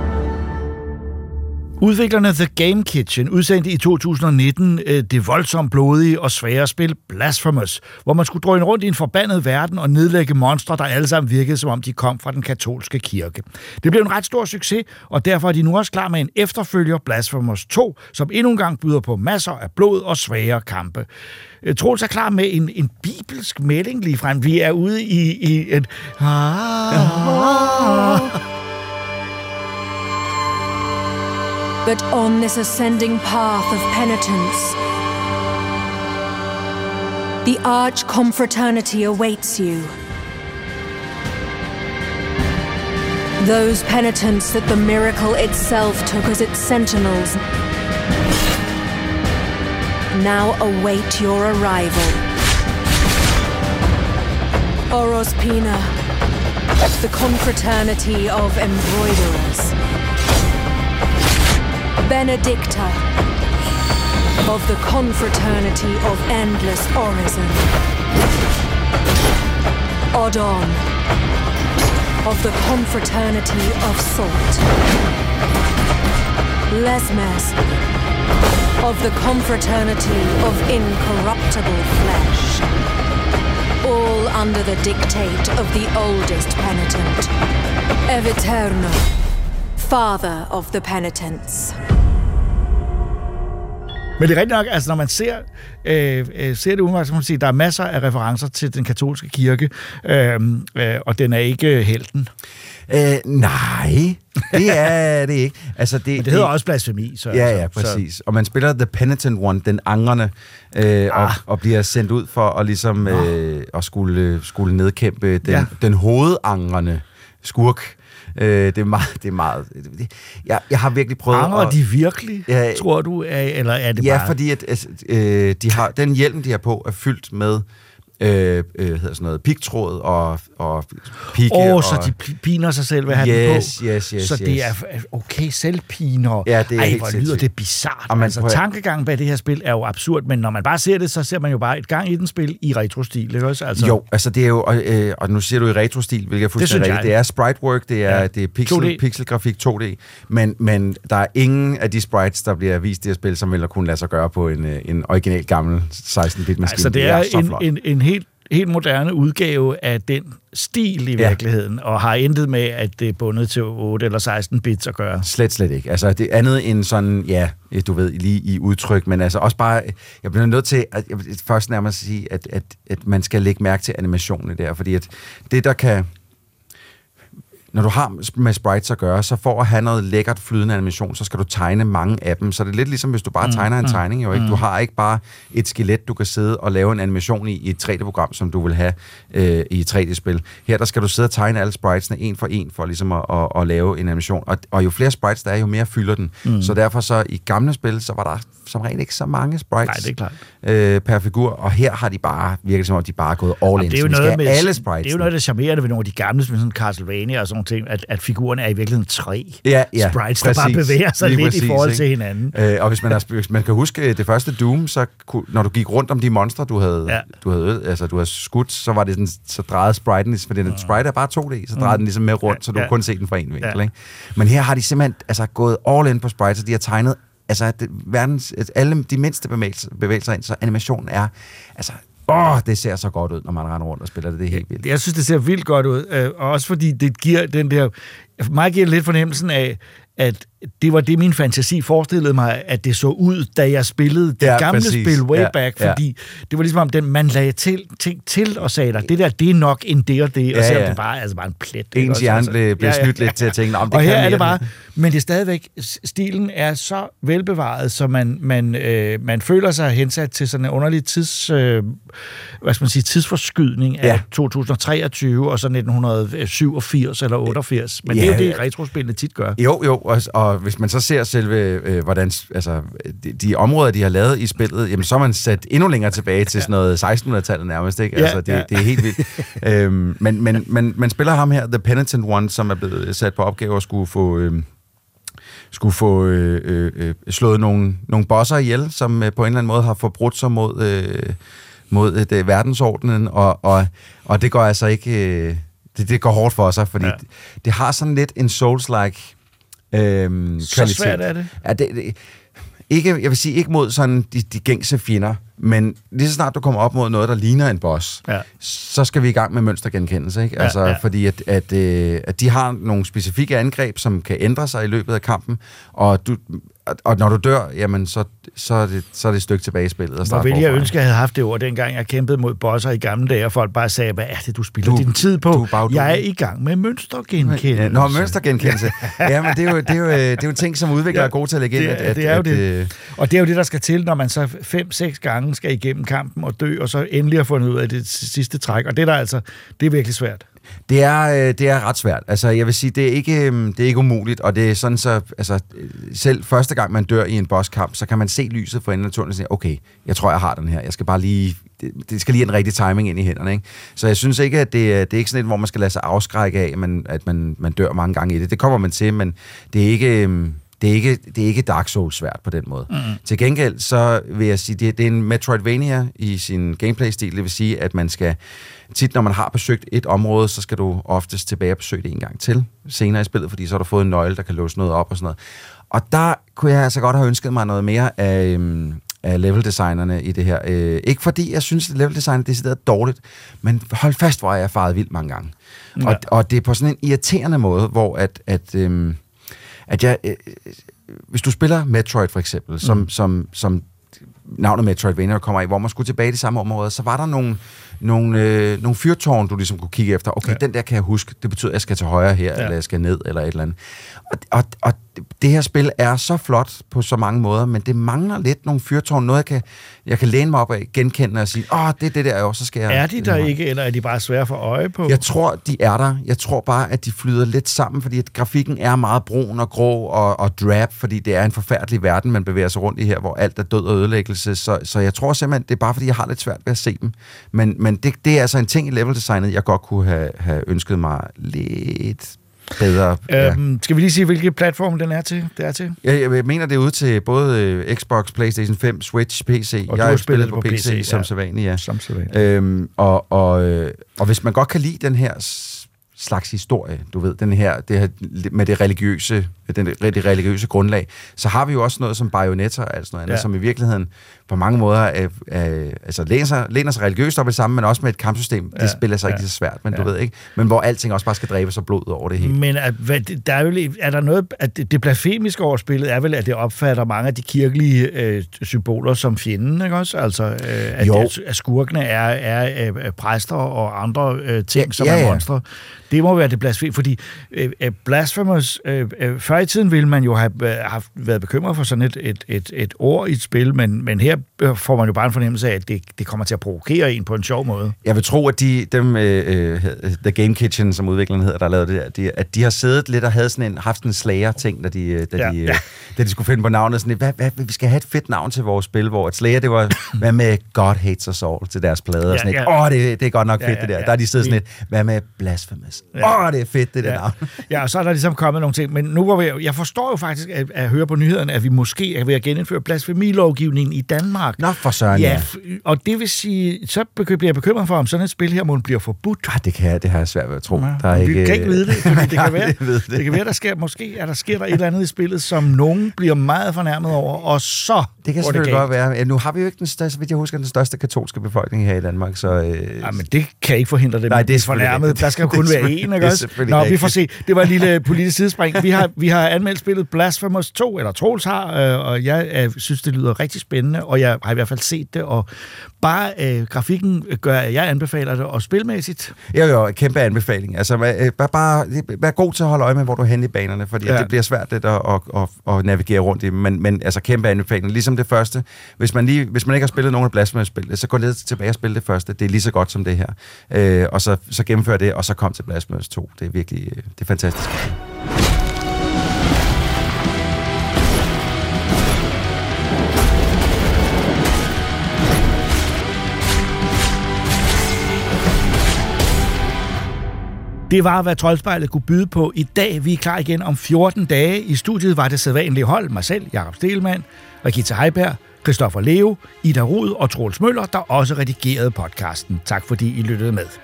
Udviklerne The Game Kitchen udsendte i 2019 det voldsomt blodige og svære spil Blasphemous, hvor man skulle drøne rundt i en forbandet verden og nedlægge monstre, der alle sammen virkede, som om de kom fra den katolske kirke. Det blev en ret stor succes, og derfor er de nu også klar med en efterfølger, Blasphemous 2, som endnu en gang byder på masser af blod og svære kampe. Troels er klar med en bibelsk melding lige frem. Vi er ude i et... But on this ascending path of penitence, the arch-confraternity awaits you. Those penitents that the miracle itself took as its sentinels now await your arrival. Orospina, the confraternity of embroiderers. Benedicta, of the confraternity of endless orison. Odon, of the confraternity of salt. Lesmes, of the confraternity of incorruptible flesh. All under the dictate of the oldest penitent, Eviterno, father of the penitents. Men det er rigtigt nok, altså når man ser det umiddelbart, så kan man sige, at der er masser af referencer til den katolske kirke, og den er ikke helten. Nej, det er det ikke. Altså, det hedder også blasfemi. Så, ja, præcis. Og man spiller The Penitent One, den angrende, og bliver sendt ud for at, ligesom, at skulle nedkæmpe den hovedangrende skurk. Det er meget. Jeg har virkelig prøvet. Angrer de virkelig, tror du, eller er det bare? Ja, fordi at de har den hjelm, de har på, er fyldt med hedder sådan noget pigtråd og pigge. Så de piner sig selv ved at have den på. Yes. Så det er okay, selvpiner. Ja, det er helt hvor lyder det bizarrt. Altså, tankegangen bag det her spil er jo absurd, men når man bare ser det, så ser man jo bare et gang i den spil i retrostil, ikke også? Altså, jo, altså det er jo, og nu siger du i retrostil, hvilket er fuldstændig rigtigt. Det er sprite work, det er pixelgrafik 2D, men der er ingen af de sprites, der bliver vist i det her spil, som vil kunne lade sig gøre på en original gammel 16-bit maskine. Altså det er en helt moderne udgave af den stil i virkeligheden, og har intet med, at det er bundet til 8 eller 16 bits at gøre. Slet ikke. Altså, det er andet end sådan, du ved, lige i udtryk, men altså også bare, jeg bliver nødt til, at jeg først nærmest sige, at man skal lægge mærke til animationen der, fordi at det, der kan... Når du har med sprites at gøre, så for at have noget lækkert flydende animation, så skal du tegne mange af dem. Så det er lidt ligesom, hvis du bare tegner en tegning, jo ikke? Du har ikke bare et skelet, du kan sidde og lave en animation i et 3D-program, som du vil have i et 3D-spil. Her der skal du sidde og tegne alle spritesene en for ligesom at lave en animation. Og jo flere sprites der er, jo mere fylder den. Så derfor så i gamle spil, så var der som regel ikke så mange sprites per figur. Og her har de bare virket som om, de bare er gået all in. Det er jo noget med alle sprites. Det er jo noget, der charmerende ved nogle af de gamle, som sådan Castlevania og sådan ting, at figurerne er i virkeligheden 3 sprites, præcis, der bare bevæger sig lidt præcis, i forhold til hinanden. Og hvis man kan huske det første Doom, så når du gik rundt om de monstre, du havde skudt, så var det sådan, så drejede spriten, for den sprite er bare 2D, så drejede den ligesom med rundt, så du kun se den fra en vinkel. Ikke? Men her har de simpelthen gået all in på sprites, og de har tegnet alle de mindste bevægelser ind, så animationen er det ser så godt ud, når man render rundt og spiller det. Det er helt vildt. Jeg synes, det ser vildt godt ud. Og også fordi det giver den der... Mig giver lidt fornemmelsen af, at det var det, min fantasi forestillede mig, at det så ud, da jeg spillede det gamle spil way back, fordi det var ligesom om, man lagde ting til og sagde dig, det der, det er nok en det og det, og så er det bare en plet. Ens hjerne blev snydt lidt til at tænke, om det og kan her er det bare, men det er stadigvæk, stilen er så velbevaret, så man føler sig hensat til sådan en underlig tidsforskydning af 2023 og så 1987 eller 88, men det er jo det, retrospillene tit gør. Jo, og hvis man så ser selve, hvordan de områder, de har lavet i spillet, jamen så er man sat endnu længere tilbage til sådan noget 1600-tallet nærmest, ikke? Altså, det er helt vildt. Men man spiller ham her, The Penitent One, som er blevet sat på opgave at skulle få slået nogle bosser ihjel, som på en eller anden måde har forbrudt sig mod verdensordenen, og det går altså ikke... Det går hårdt for sig, fordi det har sådan lidt en Souls-like Så svært er det? Ja, ikke, jeg vil sige, ikke mod sådan de gængse fjender, men lige så snart du kommer op mod noget, der ligner en boss, så skal vi i gang med mønstergenkendelse, ikke? Altså, fordi at de har nogle specifikke angreb, som kan ændre sig i løbet af kampen, og når du dør, jamen, så er det et stykke tilbage i spillet. Hvor ville jeg ønske, at jeg havde haft det ord, dengang jeg kæmpede mod bosser i gamle dage, og folk bare sagde, hvad er det, du spilder din tid på? Jeg er i gang med mønstergenkendelse. Nå, mønstergenkendelse. Ja, men det er jo en ting, som udviklere er gode til at lægge ind. Det er jo det. Og det er jo det, der skal til, når man så 5-6 gange skal igennem kampen og dø, og så endelig har fundet ud af det sidste træk. Og det er virkelig svært. Det er ret svært. Altså, jeg vil sige, det er ikke umuligt, og det er sådan så, altså, selv første gang man dør i en bosskamp, så kan man se lyset for enden af tunnelen og sige, okay, jeg tror, jeg har den her. Jeg skal bare lige, det skal lige en rigtig timing ind i hænderne, ikke? Så jeg synes ikke, at det er ikke sådan et, hvor man skal lade sig afskrække af, at man dør mange gange i det. Det kommer man til, men det er ikke Dark Souls svært på den måde. Til gengæld, så vil jeg sige, det er en Metroidvania i sin gameplay-stil. Det vil sige, at man skal tit, når man har besøgt et område, så skal du oftest tilbage og besøge det en gang til senere i spillet, fordi så har du fået en nøgle, der kan låse noget op og sådan noget. Og der kunne jeg altså godt have ønsket mig noget mere af leveldesignerne i det her. Ikke fordi jeg synes, at leveldesignet er decideret dårligt, men hold fast, hvor jeg faret vildt mange gange. Ja. Og det er på sådan en irriterende måde, hvor at jeg, hvis du spiller Metroid for eksempel, som navnet Metroidvania kommer i, hvor man skulle tilbage i de samme områder, så var der nogle fyrtårn, du ligesom kunne kigge efter. Okay, den der kan jeg huske. Det betyder, at jeg skal til højre her, eller jeg skal ned, eller et eller andet. Og det her spil er så flot på så mange måder, men det mangler lidt nogle fyrtårn. Noget, jeg kan læne mig op af, genkende og sige, det er det der jo, så skal jeg... Er de der ikke, eller er de bare svære for øje på? Jeg tror, de er der. Jeg tror bare, at de flyder lidt sammen, fordi at grafikken er meget brun og grå og drab, fordi det er en forfærdelig verden, man bevæger sig rundt i her, hvor alt er død og ødelæggelse. Så jeg tror simpelthen, det er bare, fordi jeg har lidt svært ved at se dem. Men det er altså en ting i leveldesignet, jeg godt kunne have ønsket mig lidt bedre. Skal vi lige sige, hvilke platform den er til? Det er til? Jeg mener, det er ude til både Xbox, PlayStation 5, Switch, PC. Og jeg har spillet på PC som sædvanligt, ja. Som sædvanligt. Og hvis man godt kan lide den her slags historie, du ved, det her med det religiøse grundlag, så har vi jo også noget som Bayonetta og alt sådan noget andet, som i virkeligheden på mange måder altså læner sig religiøst op i sammen, men også med et kampsystem. Det spiller sig ikke så svært, men du ved ikke. Men hvor alting også bare skal dræbe sig blod over det hele. Men der er der noget, at det blasfemiske over spillet er vel, at det opfatter mange af de kirkelige symboler som fjenden, ikke også? Altså, at skurkene er præster og andre ting, som er monstre. Det må være det blasfemiske, fordi Blasphemous, før i tiden ville man jo have været bekymret for sådan et ord i et spil, men her får man jo bare en fornemmelse af, at det kommer til at provokere en på en sjov måde. Jeg vil tro, at The Game Kitchen, som udvikleren hedder, der lavede det, at de har siddet lidt og havde haft en Slayer-ting, da de skulle finde på navnet. Sådan, vi skal have et fedt navn til vores spil, hvor et Slayer, det var, hvad med God Hates Us All til deres plade, og sådan det er godt nok fedt det der. Der er de siddet sådan lidt, hvad med Blasphemous? Det er fedt det der navn. Ja, og så er der ligesom kommet nogle ting, men nu går vi, jeg forstår jo faktisk at høre på nyhederne, at vi måske er ved at genindføre blasfemilovgivningen i Danmark. Nå, for søren, ja. Og det vil sige, så bliver jeg bekymret for, om sådan et spil her må blive forbudt. Det har jeg svært ved at tro. Vi kan ikke vide det, fordi det kan være, det kan være, der sker der et eller andet i spillet, som nogen bliver meget fornærmet over, og så det kan selvfølgelig godt være. Ja, nu har vi jo ikke den største, hvis jeg husker, den største katolske befolkning her i Danmark, så... Ja, men det kan ikke forhindre dem. Nej, det er fornærmet. Der skal kun være en, ikke også? Nå, vi får se. Det var et lille politisk sidespring. Vi har anmeldt spillet Blasphemous 2, eller Troels har, og jeg synes, det lyder rigtig spændende, og jeg har i hvert fald set det, og bare grafikken gør, at jeg anbefaler det, og spilmæssigt. Jo, kæmpe anbefaling. Altså, vær god til at holde øje med, hvor du er henne i banerne, fordi det bliver svært lidt at navigere rundt i, men altså kæmpe anbefaling. Ligesom det første. Hvis man ikke har spillet nogen af Blasphemous-spil, så gå lidt tilbage og spil det første. Det er lige så godt som det her. Og så gennemfør det, og så kom til Blasphemous 2. Det er virkelig det er fantastisk. Det var, hvad Troldspejlet kunne byde på i dag. Vi er klar igen om 14 dage. I studiet var det sædvanlige hold, mig selv, Jakob Stegelmann, Regitze Heiberg, Christoffer Leo, Ida Rud og Troels Møller, der også redigerede podcasten. Tak fordi I lyttede med.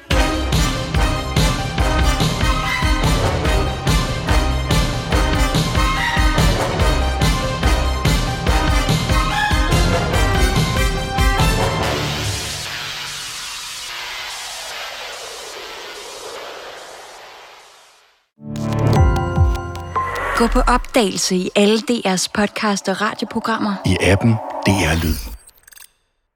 Gå på opdagelse i alle DR's podcast og radioprogrammer. I appen DR Lyd.